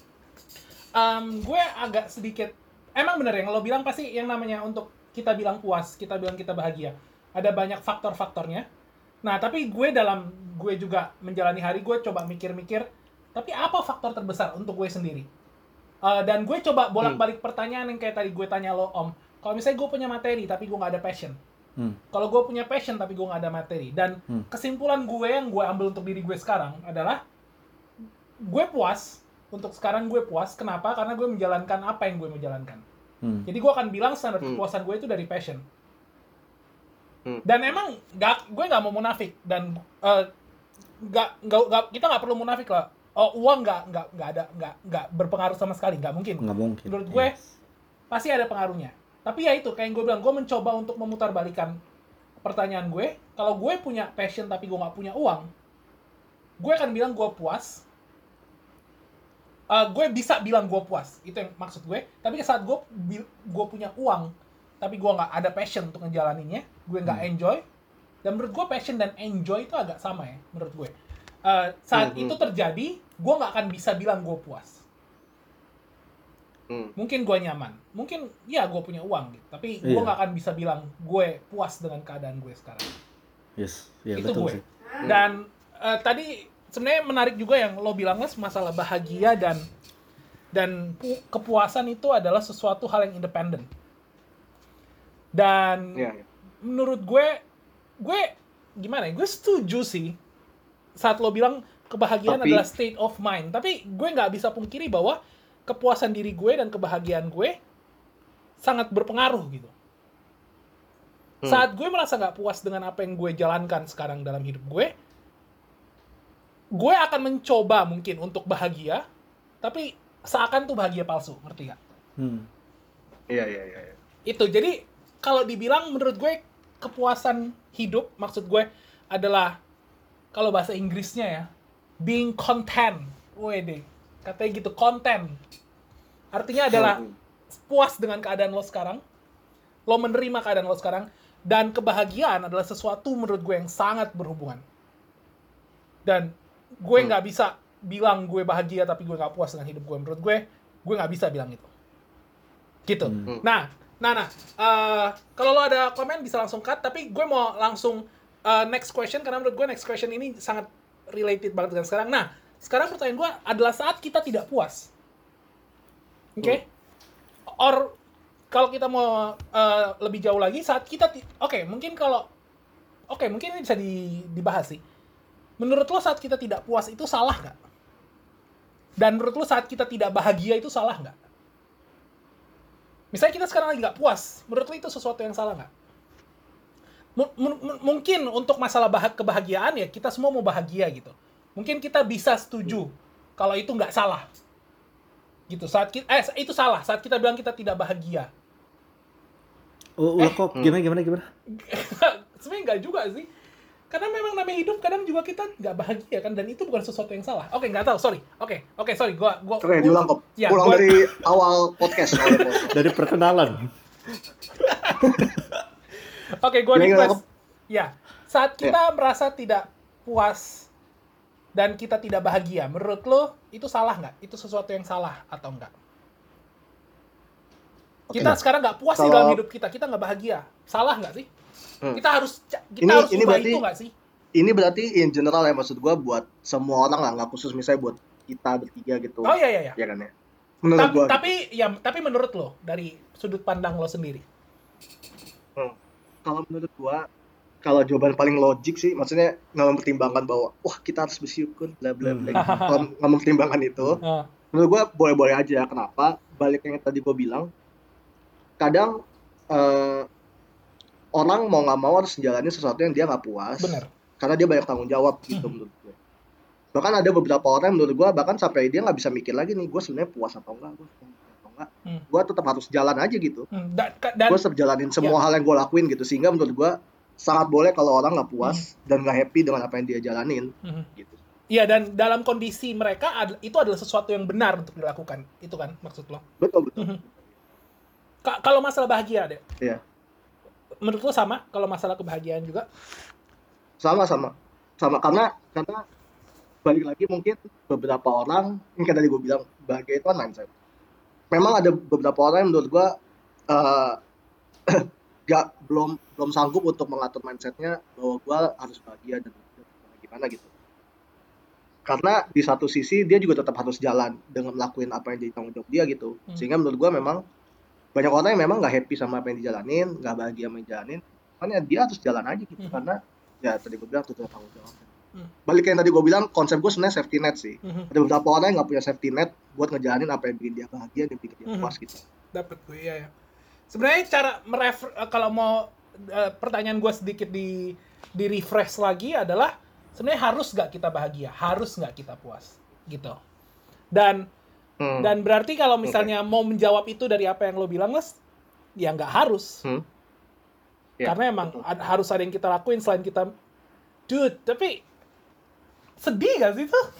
em, gue agak sedikit. Emang bener yang lo bilang pasti yang namanya untuk kita bilang puas, kita bilang kita bahagia. Ada banyak faktor-faktornya. Nah, tapi gue dalam gue juga menjalani hari, gue coba mikir-mikir. Tapi apa faktor terbesar untuk gue sendiri? Eh, dan gue coba bolak-balik pertanyaan yang kayak tadi gue tanya lo, Om. Kalau misalnya gue punya materi tapi gue nggak ada passion. Hmm. Kalau gue punya passion tapi gue nggak ada materi, dan Hmm. kesimpulan gue yang gue ambil untuk diri gue sekarang adalah gue puas. Untuk sekarang gue puas. Kenapa? Karena gue menjalankan apa yang gue mau jalankan. Hmm. Jadi gue akan bilang standar Hmm. kepuasan gue itu dari passion. Hmm. Dan emang nggak, gue nggak mau munafik, dan eh, nggak nggak nggak- kita nggak perlu munafik lah. Oh, uang nggak nggak nggak ada nggak nggak berpengaruh sama sekali, nggak mungkin. Nggak mungkin. Menurut gue Yes. pasti ada pengaruhnya. Tapi ya itu, kayak yang gue bilang, gue mencoba untuk memutarbalikkan pertanyaan gue. Kalau gue punya passion tapi gue nggak punya uang, gue akan bilang gue puas. Eh, gue bisa bilang gue puas, itu yang maksud gue. Tapi saat gue bil- gue punya uang, tapi gue nggak ada passion untuk ngejalaninnya, gue nggak enjoy. Dan menurut gue passion dan enjoy itu agak sama ya, menurut gue. Eh, saat Hmm, itu terjadi, gue nggak akan bisa bilang gue puas. Hmm. Mungkin gue nyaman, mungkin ya gue punya uang gitu, tapi gue Iya. nggak akan bisa bilang gue puas dengan keadaan gue sekarang. Yes, ya Itu betul gue. sih. Dan eh, tadi sebenarnya menarik juga yang lo bilang, Mas, masalah bahagia dan dan pu- kepuasan itu adalah sesuatu hal yang independen. Dan Iya, iya. menurut gue, gue gimana ya? Gue setuju sih saat lo bilang kebahagiaan Tapi- adalah state of mind. Tapi gue nggak bisa pungkiri bahwa kepuasan diri gue dan kebahagiaan gue sangat berpengaruh gitu. Hmm. Saat gue merasa nggak puas dengan apa yang gue jalankan sekarang dalam hidup gue, gue akan mencoba mungkin untuk bahagia, tapi seakan tuh bahagia palsu, ngerti nggak? Hmm. Iya, iya, iya. iya. Itu, jadi kalau dibilang menurut gue kepuasan hidup, maksud gue adalah, kalau bahasa Inggrisnya ya, being content. Wede, katanya gitu, content. Artinya adalah Hmm. puas dengan keadaan lo sekarang, lo menerima keadaan lo sekarang, dan kebahagiaan adalah sesuatu menurut gue yang sangat berhubungan. Dan gue Hmm. nggak bisa bilang gue bahagia tapi gue nggak puas dengan hidup gue. Menurut gue, gue nggak bisa bilang itu. Gitu. Hmm. Nah, nah, nah. Uh, kalau lo ada komen bisa langsung cut. Tapi gue mau langsung uh, next question karena menurut gue next question ini sangat related banget dengan sekarang. Nah, sekarang pertanyaan gue adalah saat kita tidak puas. Oke? Okay? Hmm. Or kalau kita mau uh, lebih jauh lagi, saat kita ti- oke, okay, mungkin kalau oke, okay, mungkin ini bisa di, dibahas sih. Menurut lo saat kita tidak puas itu salah nggak? Dan menurut lo saat kita tidak bahagia itu salah nggak? Misalnya kita sekarang lagi nggak puas, menurut lo itu sesuatu yang salah nggak? M- m- mungkin untuk masalah bah- kebahagiaan ya kita semua mau bahagia gitu. Mungkin kita bisa setuju kalau itu nggak salah. Gitu. Saat kita, eh itu salah saat kita bilang kita tidak bahagia. Oh, Eh. ulah kok gimana gimana gimana? Sebenarnya nggak juga sih. Karena memang namanya hidup kadang juga kita nggak bahagia kan, dan itu bukan sesuatu yang salah. Oke, nggak tahu, sorry. Oke, oke, sorry. Gua, gua. Oke, diulang kok. Ya, Ulang gua- dari awal podcast. awal podcast. Dari perkenalan. Oke, gua Gimana, request. gimana, Ya, saat kita merasa tidak puas dan kita tidak bahagia, menurut lo itu salah nggak? Itu sesuatu yang salah atau enggak? Oke. Kita sekarang nggak puas di Kalau- dalam hidup kita, kita nggak bahagia. Salah nggak sih? Hmm. Kita harus kita Ini- harus ini ubah berarti- itu nggak sih? Ini berarti in general ya, maksud gua buat semua orang lah, nggak khusus misalnya buat kita bertiga gitu. Oh iya iya iya. Ya kan ya. Menurut Tapi, gua. tapi ya tapi menurut lo dari sudut pandang lo sendiri. Hmm. Kalau menurut gua, kalau jawaban paling logik sih, maksudnya nggak mempertimbangkan bahwa wah kita harus bersyukur bla bla bla. Hmm. Kalau nggak mempertimbangkan itu, Ah. menurut gua boleh-boleh aja. Kenapa? Balik yang tadi gua bilang, kadang eh, orang mau nggak mau harus menjalani sesuatu yang dia nggak puas. Bener. Karena dia banyak tanggung jawab gitu Hmm. menurut gue. Bahkan ada beberapa orang menurut gue bahkan sampai dia nggak bisa mikir lagi nih, gue sebenarnya puas atau enggak, gue puas atau enggak. Hmm. Gue tetap harus jalan aja gitu. Hmm, Dan, dan Gue tetap jalanin semua hal yang gue lakuin gitu, sehingga menurut gue sangat boleh kalau orang nggak puas dan nggak happy dengan apa yang dia jalanin Mhm. gitu. Iya, dan dalam kondisi mereka ad- itu adalah sesuatu yang benar untuk dilakukan. Itu kan maksud lo. Betul betul. Mhm. Ka- kalau masalah bahagia deh. Iya. Menurut lo sama kalau masalah kebahagiaan juga? Sama sama sama karena karena balik lagi mungkin beberapa orang ini kayak tadi gue bilang bahagia itu kan mindset. Memang ada beberapa orang yang menurut gue eh, gak belum belum sanggup untuk mengatur mindsetnya bahwa gue harus bahagia dan gimana gitu. Karena di satu sisi dia juga tetap harus jalan dengan melakukan apa yang jadi tanggung jawab dia gitu. Hmm. Sehingga menurut gue memang banyak orang yang memang nggak happy sama apa yang dijalanin, nggak bahagia sama yang dijalanin. Makanya dia harus jalan aja gitu. Hmm. Karena ya tadi gue bilang itu tanggung jawab. Hmm. Balik kayak yang tadi gue bilang, konsep gue sebenarnya safety net sih. Mhm. Ada beberapa orang yang nggak punya safety net buat ngejalanin apa yang bikin dia bahagia dan bikin dia Mhm. puas gitu. Dapat gue, iya ya. Sebenarnya cara merefer eh, kalau mau eh, pertanyaan gue sedikit di di refresh lagi adalah sebenarnya harus nggak kita bahagia, harus nggak kita puas, gitu. Dan Hmm. dan berarti kalau misalnya mau menjawab itu dari apa yang lo bilang, Les, ya nggak harus. Hmm. Ya, Karena emang betul. ad- harus ada yang kita lakuin selain kita, dude. Tapi sedih gak sih tuh?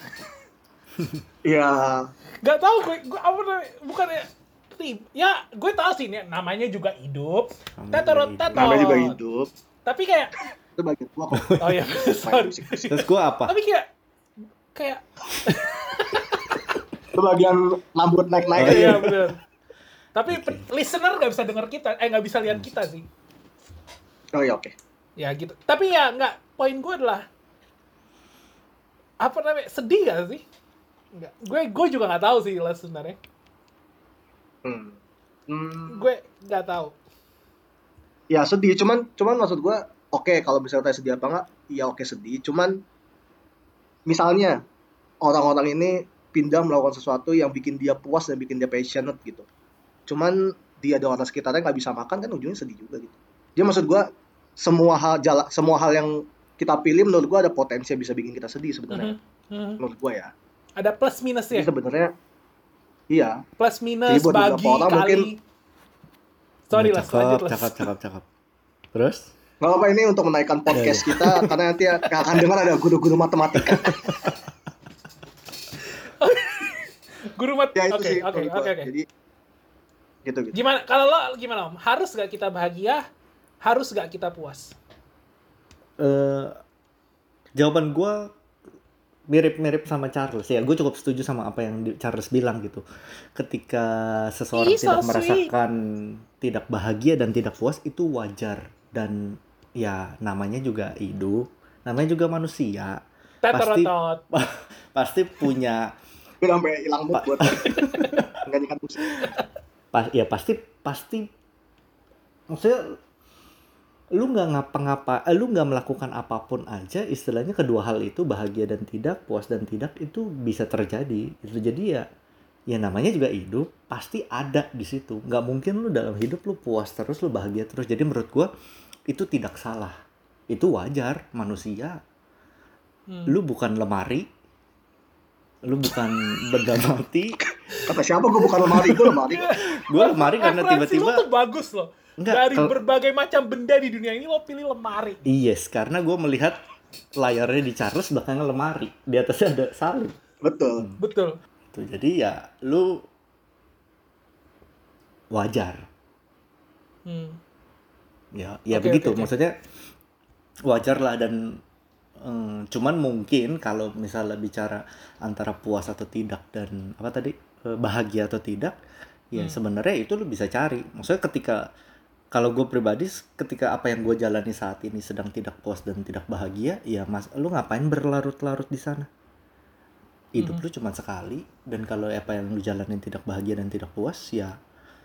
Iya. Gak tahu gue, gue apa namanya, bukan ya, rib- ya gue tahu sih ini namanya juga hidup. Namanya Tatarot hidup. tatot. Namanya juga hidup. Tapi kayak, Itu bagian gua kok. oh ya, Main sorry. musik. Terus gue apa? Tapi kayak, kayak, Itu bagian rambut naik-naik. Oh, iya bener. Tapi pe- listener gak bisa denger kita, eh gak bisa lihat kita sih. Oh iya oke. Ya gitu. Tapi ya nggak, poin gue adalah apa namanya, sedih gak sih? Nggak. Gue gue juga nggak tahu sih lah sebenarnya. Hmm. Hmm. Gue nggak tahu. Ya sedih, cuman cuman maksud gua oke kalau misalnya tanya sedih apa enggak, ya oke sedih, cuman misalnya orang-orang ini pindah melakukan sesuatu yang bikin dia puas dan bikin dia passionate gitu. Cuman dia ada orang sekitarnya nggak bisa makan, kan ujungnya sedih juga gitu. Dia maksud gua semua hal jala, semua hal yang kita pilih menurut gua ada potensi yang bisa bikin kita sedih sebenarnya. Mhm. Mhm. Menurut gua ya. Ada plus minusnya. Jadi sebenarnya iya. Plus minus Jadi buat bagi beberapa orang kali. mungkin- Sorry Nah, lah, lanjut lah. cakep, cakep, cakep. Terus? Nggak apa-apa ini untuk menaikkan podcast kita karena nanti yang akan dengar ada guru-guru matematika. Guru mat. Ya itu Oke, sih. oke, menurut gua. oke, oke. Jadi gitu gitu. Gimana kalau lo gimana Om? Harus gak kita bahagia? Harus gak kita puas? Eh, jawaban gue mirip-mirip sama Charles ya, gue cukup setuju sama apa yang di- Charles bilang gitu. Ketika seseorang Ih, so tidak sweet. merasakan tidak bahagia dan tidak puas itu wajar, dan ya namanya juga hidup, namanya juga manusia, pasti Teterotot. pasti punya Gue sampai hilang mood Pa- buat menyanyikan musik. pa- ya pasti pasti maksudnya lu nggak ngapa-ngapa, eh, lu nggak melakukan apapun aja, istilahnya kedua hal itu bahagia dan tidak, puas dan tidak itu bisa terjadi. Itu jadi ya, ya namanya juga hidup, pasti ada di situ. Nggak mungkin lu dalam hidup lu puas terus, lu bahagia terus. Jadi menurut gua itu tidak salah, itu wajar manusia. Hmm. Lu bukan lemari, lu bukan benda mati. Kata siapa gue bukan lemari, gue lemari. Gua lemari karena Referensi tiba-tiba lo tuh bagus loh. Enggak, Dari kalau- berbagai macam benda di dunia ini lo pilih lemari. yes, karena gue melihat layarnya di Charles belakangnya lemari, di atasnya ada salib. Betul. Betul. Tuh, jadi ya lu wajar. Hmm. Ya, ya Oke, begitu. oke, oke. Maksudnya wajar lah, dan em, cuman mungkin kalau misalnya bicara antara puas atau tidak dan apa tadi eh, bahagia atau tidak, ya Hmm. sebenarnya itu lu bisa cari. Maksudnya ketika kalau gue pribadi, ketika apa yang gue jalani saat ini sedang tidak puas dan tidak bahagia, ya mas, lu ngapain berlarut-larut di sana? Hidup Mhm. lu cuma sekali, dan kalau apa yang lu jalanin tidak bahagia dan tidak puas, ya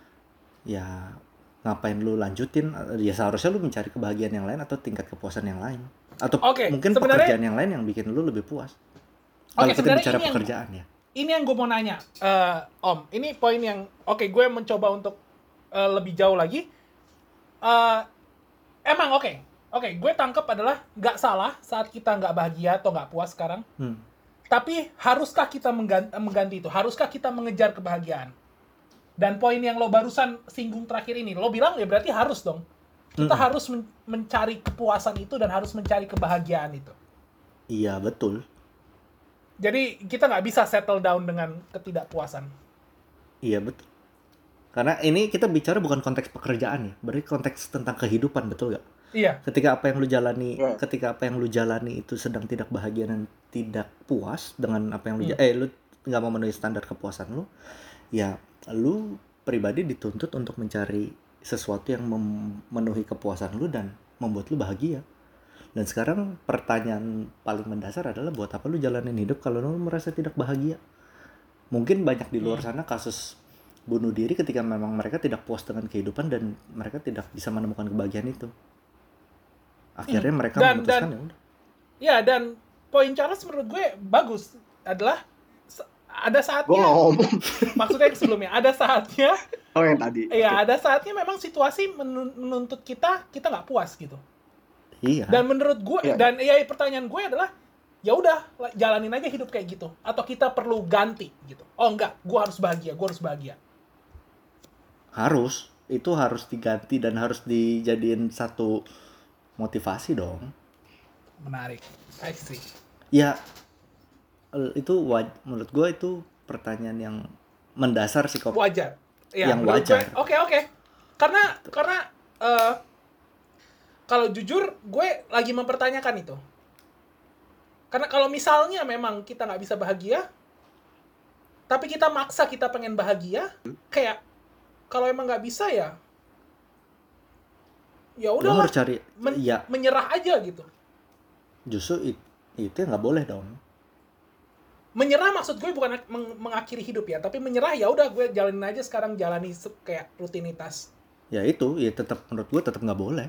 ya ngapain lu lanjutin? Ya seharusnya lu mencari kebahagiaan yang lain atau tingkat kepuasan yang lain, atau Oke, mungkin sebenarnya- pekerjaan yang lain yang bikin lu lebih puas. Kalau kita sebenarnya bicara ini yang- pekerjaan ya. Ini yang gue mau nanya, eh, Om. Ini poin yang, oke, gue mencoba untuk eh, lebih jauh lagi. Eh, emang oke, oke, gue tangkap adalah nggak salah saat kita nggak bahagia atau nggak puas sekarang. Hmm. Tapi haruskah kita mengganti, mengganti itu? Haruskah kita mengejar kebahagiaan? Dan poin yang lo barusan singgung terakhir ini, lo bilang ya berarti harus dong. Kita Mm-mm. harus men- mencari kepuasan itu dan harus mencari kebahagiaan itu. Iya betul. Jadi kita nggak bisa settle down dengan ketidakpuasan. Iya betul. Karena ini kita bicara bukan konteks pekerjaan ya, berarti konteks tentang kehidupan, betul gak? Iya. Ketika apa yang lu jalani, Ya. ketika apa yang lu jalani itu sedang tidak bahagia dan tidak puas dengan apa yang lu, Hmm. ja- eh lu nggak memenuhi standar kepuasan lu, ya lu pribadi dituntut untuk mencari sesuatu yang memenuhi kepuasan lu dan membuat lu bahagia. Dan sekarang pertanyaan paling mendasar adalah buat apa lu jalanin hidup kalau lu merasa tidak bahagia? Mungkin banyak di luar Hmm. sana kasus bunuh diri ketika memang mereka tidak puas dengan kehidupan dan mereka tidak bisa menemukan kebahagiaan itu. Akhirnya mereka Dan- memutuskan dan- ya udah. Ya, dan poin Charles menurut gue bagus adalah se- ada Gue saatnya, nggak ngomong. maksudnya yang sebelumnya, ada saatnya, Oh yang tadi. ya ada saatnya memang situasi menun- menuntut kita, kita nggak puas gitu. Iya. Dan menurut gue, Iya. dan ya pertanyaan gue adalah, ya udah la- jalanin aja hidup kayak gitu, atau kita perlu ganti gitu. Oh enggak, gue harus bahagia, gue harus bahagia. Harus, itu harus diganti dan harus dijadiin satu motivasi dong. Menarik, I see. Ya el- itu waj- menurut gue itu pertanyaan yang mendasar sih kok. Wajar. Ya, Yang menurut wajar. gue- Oke oke. Karena karena eh, kalau jujur gue lagi mempertanyakan itu. Karena kalau misalnya memang kita nggak bisa bahagia, tapi kita maksa kita pengen bahagia, kayak kalau emang nggak bisa ya, ya Lu udahlah, harus cari, men- ya menyerah aja gitu. justru it- itu yang nggak boleh dong. Menyerah maksud gue bukan meng- mengakhiri hidup ya, tapi menyerah ya udah gue jalanin aja sekarang, jalani se- kayak rutinitas. Ya itu, ya tetap menurut gue tetap nggak boleh.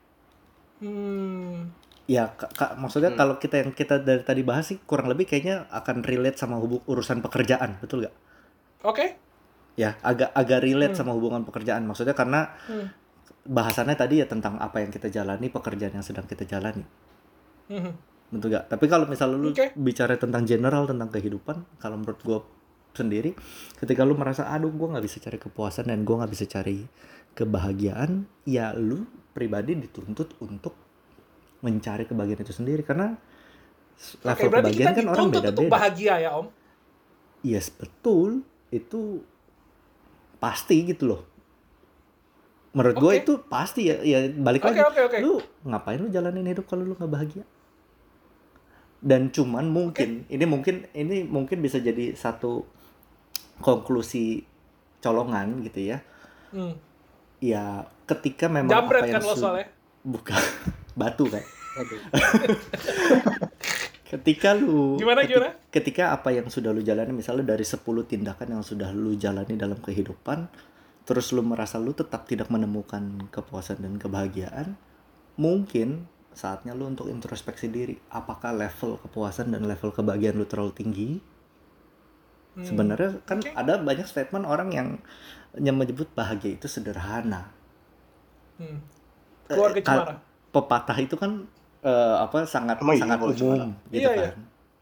Hmm. Ya, ka- ka- maksudnya Hmm. kalau kita yang kita dari tadi bahas sih kurang lebih kayaknya akan relate sama hubung urusan pekerjaan, betul nggak? Oke. Ya, agak agak relate Hmm. sama hubungan pekerjaan. Maksudnya karena Hmm. bahasannya tadi ya tentang apa yang kita jalani, pekerjaan yang sedang kita jalani, Mhm. betul nggak? Tapi kalau misalnya lu Oke. bicara tentang general tentang kehidupan, kalau menurut gue sendiri, ketika lu merasa aduh gue nggak bisa cari kepuasan dan gue nggak bisa cari kebahagiaan, ya lu pribadi dituntut untuk mencari kebahagiaan itu sendiri karena Oke, level berarti kita kebahagiaan kan orang dituntut untuk beda-beda. bahagia ya, Om? Yes, betul. Itu pasti gitu loh. Menurut gue Oke. itu pasti ya, ya balik Oke, lagi. oke, oke. Lu ngapain lu jalanin hidup kalau lu nggak bahagia? Dan cuman mungkin okay. ini mungkin ini mungkin bisa jadi satu konklusi colongan gitu ya. Hmm. Ya ketika memang Jambret apa yang kan lo su- soalnya. Bukan batu kan. ketika lu gimana, ketika, gimana? ketika apa yang sudah lu jalani, misalnya dari sepuluh tindakan yang sudah lu jalani dalam kehidupan, terus lu merasa lu tetap tidak menemukan kepuasan dan kebahagiaan, mungkin saatnya lu untuk introspeksi diri. Apakah level kepuasan dan level kebahagiaan lu terlalu tinggi? Hmm. Sebenarnya kan okay. ada banyak statement orang yang yang menyebut bahagia itu sederhana. Hmm. Keluarga Cemara. Eh, pepatah itu kan uh, apa sangat oh, sangat iya, umum gitu iya, kan.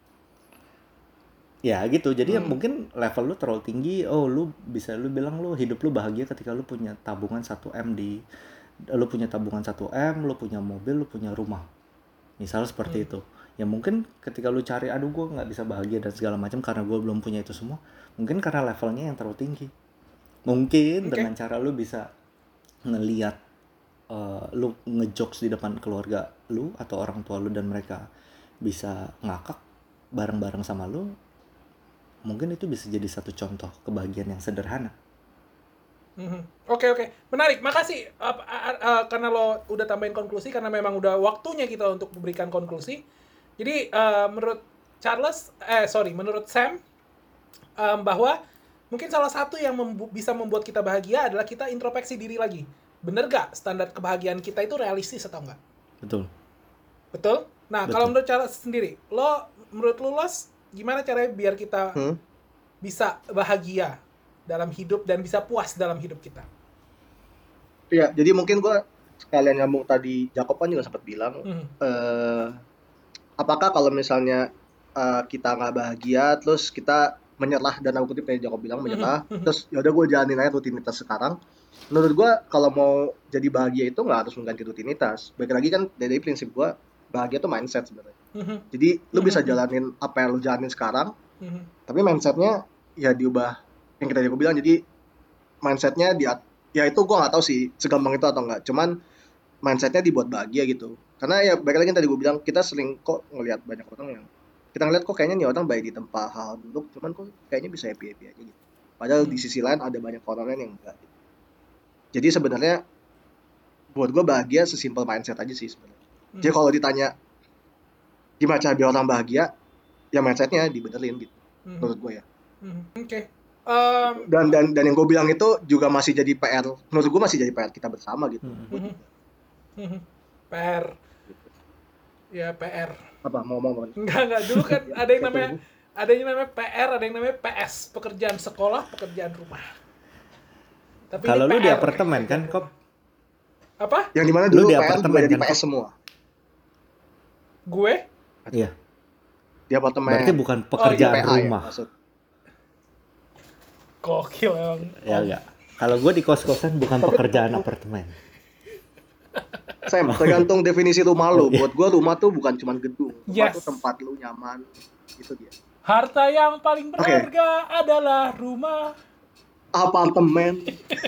Iya. Ya gitu. Jadi hmm. mungkin level lu terlalu tinggi. Oh, lu bisa lu bilang lu hidup lu bahagia ketika lu punya tabungan satu M di lu punya tabungan satu M, lu punya mobil, lu punya rumah. Misal seperti hmm. itu. Ya mungkin ketika lu cari, aduh gue nggak bisa bahagia dan segala macam karena gue belum punya itu semua. Mungkin karena levelnya yang terlalu tinggi. Mungkin okay. dengan cara lu bisa ngelihat uh, lu ngejokes di depan keluarga lu atau orang tua lu dan mereka bisa ngakak bareng-bareng sama lu. Mungkin itu bisa jadi satu contoh kebahagiaan yang sederhana. Mm-hmm. Oke oke, menarik. Makasih uh, uh, uh, karena lo udah tambahin konklusi, karena memang udah waktunya kita untuk memberikan konklusi. Jadi uh, menurut Charles, eh sorry, menurut Sam, um, bahwa mungkin salah satu yang membu- bisa membuat kita bahagia adalah kita introspeksi diri lagi. Bener gak standar kebahagiaan kita itu realistis atau enggak? Betul. Betul? Nah, Betul. kalau menurut Charles sendiri, lo menurut lo Los, gimana caranya biar kita hmm? bisa bahagia dalam hidup dan bisa puas dalam hidup kita? Iya, jadi mungkin gue sekalian nyambung tadi, Jacob kan juga sempat bilang, hmm. eh, apakah kalau misalnya uh, kita nggak bahagia, terus kita menyerah, dan aku kutip kayak Jacob bilang menyerah, hmm. terus yaudah gue jalanin aja rutinitas sekarang. Menurut gue kalau mau jadi bahagia itu nggak harus mengganti rutinitas. Baik lagi kan dari prinsip gue, bahagia itu mindset sebenarnya. Hmm. Jadi lu bisa jalanin apa yang lu jalanin sekarang, hmm. tapi mindsetnya ya diubah. Yang kita juga bilang, jadi mindsetnya di ya itu gue nggak tahu sih segampang itu atau enggak, cuman mindsetnya dibuat bahagia gitu. Karena ya balik lagi tadi gue bilang, kita sering kok ngelihat banyak orang yang kita ngeliat kok kayaknya nih orang baik di tempat hal buruk, cuman kok kayaknya bisa happy happy aja gitu. Padahal hmm. di sisi lain ada banyak orang lain yang enggak gitu. Jadi sebenarnya buat gue bahagia sesimpel mindset aja sih sebenarnya. Hmm. Jadi kalau ditanya gimana cara biar orang bahagia, ya mindsetnya dibenerin gitu. Hmm. Menurut gue ya. Hmm. Oke. Okay. Um, dan dan dan yang gue bilang itu juga masih jadi P R, menurut gue masih jadi P R kita bersama gitu. Mm-hmm. Mm-hmm. P R, ya P R. Apa mau ngomong? Enggak enggak dulu kan ada yang namanya ada yang namanya P R, ada yang namanya P S, pekerjaan sekolah, pekerjaan rumah. Tapi kalau lu di apartemen kan, Kop? Apa? Yang dimana dulu P R juga jadi P S semua. Gue? Iya. Di apartemen. Berarti bukan pekerjaan oh, iya, rumah. Ya, Gokil emang. Ya enggak. Kalau gue di kos-kosan bukan pekerjaan apartemen. Sam, tergantung definisi rumah lu. Buat gue rumah tuh bukan cuma gedung. Rumah yes. tuh tempat lu nyaman. Itu dia. Harta yang paling berharga okay. adalah rumah. Apartemen.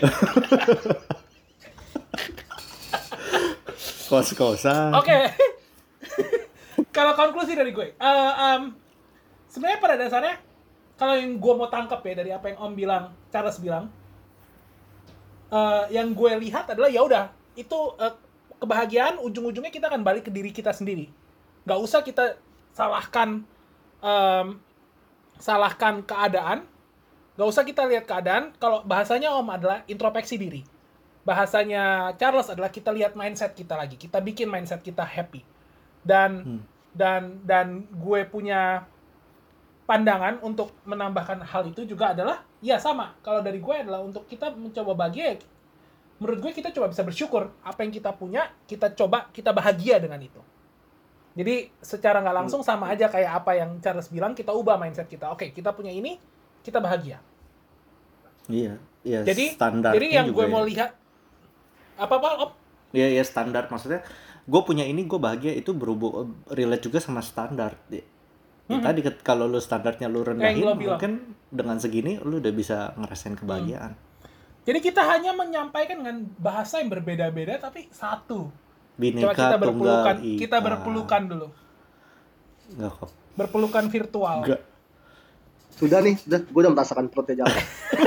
Kos-kosan. Oke. Okay. Kalau konklusi dari gue, uh, um, sebenarnya pada dasarnya kalau yang gue mau tangkap ya dari apa yang Om bilang, Charles bilang, uh, yang gue lihat adalah ya udah itu uh, kebahagiaan ujung-ujungnya kita akan balik ke diri kita sendiri. Gak usah kita salahkan, um, salahkan keadaan. Gak usah kita lihat keadaan. Kalau bahasanya Om adalah introspeksi diri. Bahasanya Charles adalah kita lihat mindset kita lagi. Kita bikin mindset kita happy. Dan hmm. dan dan gue punya pandangan untuk menambahkan hal itu juga adalah, ya sama, kalau dari gue adalah untuk kita mencoba bahagia, menurut gue kita coba bisa bersyukur, apa yang kita punya, kita coba, kita bahagia dengan itu. Jadi secara nggak langsung sama aja kayak apa yang Charles bilang, kita ubah mindset kita, oke, kita punya ini, kita bahagia. Iya, iya jadi, standar. Jadi yang gue mau lihat, apa-apa, Om? Iya, iya standar, maksudnya, gue punya ini, gue bahagia, itu berhubung, relate juga sama standar. Ya, hmm. Tadi kalau lu standarnya lu rendahin, mungkin dengan segini lu udah bisa ngerasain kebahagiaan. Hmm. Jadi kita hanya menyampaikan dengan bahasa yang berbeda-beda tapi satu. Bineka Coba kita berpelukan, tunggal ika. Kita berpelukan dulu. Enggak kok. Berpelukan virtual. Enggak. Sudah nih, sudah. Gue udah merasakan perutnya jatuh.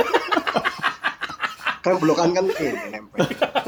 Kan pelukan kan eh nempel.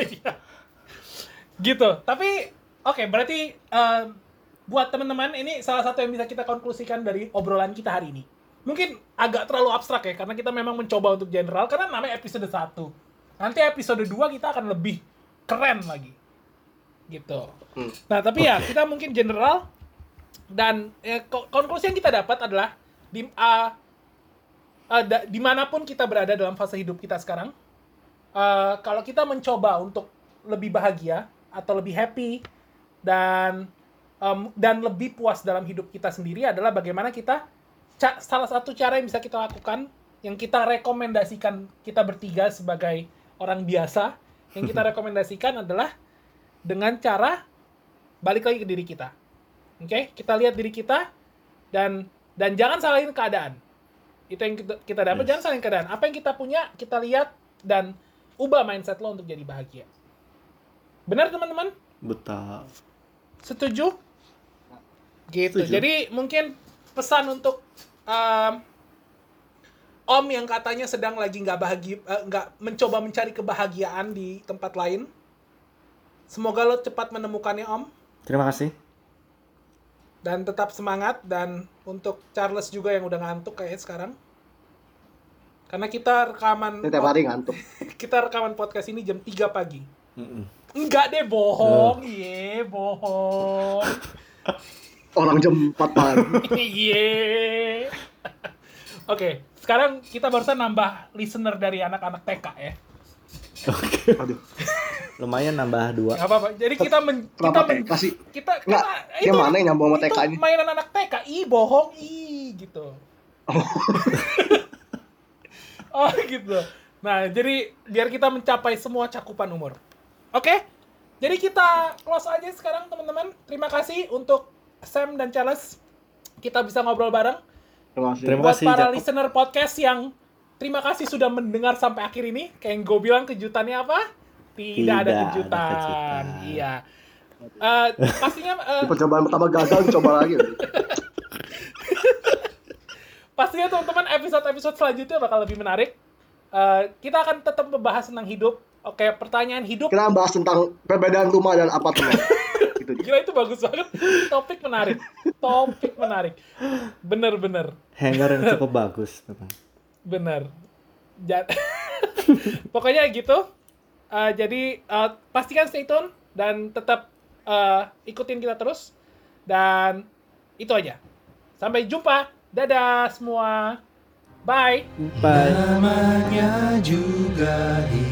Gitu. Tapi oke, okay, berarti uh, buat teman-teman ini salah satu yang bisa kita konklusikan dari obrolan kita hari ini. Mungkin agak terlalu abstrak ya, karena kita memang mencoba untuk general, karena namanya episode satu. Nanti episode dua kita akan lebih keren lagi. Gitu. Hmm. Nah, tapi ya, kita mungkin general, dan ya, konklusi yang kita dapat adalah, di, uh, uh, da, dimanapun kita berada dalam fase hidup kita sekarang, uh, kalau kita mencoba untuk lebih bahagia, atau lebih happy, dan um, dan lebih puas dalam hidup kita sendiri adalah bagaimana kita Ca- salah satu cara yang bisa kita lakukan, yang kita rekomendasikan kita bertiga sebagai orang biasa, yang kita rekomendasikan adalah dengan cara balik lagi ke diri kita. Oke, okay? Kita lihat diri kita dan dan jangan salahin keadaan. Itu yang kita, kita dapat, yes. Jangan salahin keadaan. Apa yang kita punya, kita lihat dan ubah mindset lo untuk jadi bahagia. Benar teman-teman? Betul. Setuju? Gitu. Setuju. Jadi mungkin pesan untuk um, Om yang katanya sedang lagi nggak bahagia, uh, nggak mencoba mencari kebahagiaan di tempat lain. Semoga lo cepat menemukannya, Om. Terima kasih. Dan tetap semangat. Dan untuk Charles juga yang udah ngantuk kayaknya sekarang. Karena kita rekaman Ini tiap hari ngantuk. kita rekaman podcast ini jam tiga pagi. Mm-mm. Enggak deh, bohong. Iya, bohong. Orang jam empat pagi. Iya. Oke, sekarang kita barusan nambah listener dari anak-anak T K ya. Oke. Aduh. Lumayan nambah dua. Gak apa-apa. Jadi kita men, kita Kenapa men, T K sih? kita Nggak, kita- yang mana yang nyambung sama T K ini? Itu mainan anak T K. Ih, bohong. Ih, gitu. Oh, gitu. Nah, jadi biar kita mencapai semua cakupan umur. Oke? Jadi kita close aja sekarang, teman-teman. Terima kasih untuk Sam dan Charles. Kita bisa ngobrol bareng. Terima kasih. Terima Buat kasih, para Jacob. listener podcast yang terima kasih sudah mendengar sampai akhir ini. Kayak yang gue bilang, kejutannya apa? Tidak, Tidak ada ada kejutan. kejutan. Iya. Eh, pastinya eh, Di percobaan pertama gagal, coba lagi. pastinya teman-teman episode-episode selanjutnya bakal lebih menarik. Eh, kita akan tetap membahas tentang hidup. Oke, pertanyaan hidup. Kita bahas tentang perbedaan rumah dan apartemen. Gitu. Gila, itu bagus banget. Topik menarik. Topik menarik. Bener-bener. Hanger yang cukup bagus memang. Bener. Ja- Pokoknya gitu. Uh, jadi uh, pastikan stay tune dan tetap uh, ikutin kita terus. Dan itu aja. Sampai jumpa. Dadah semua. Bye. Bye. Namanya juga hidup.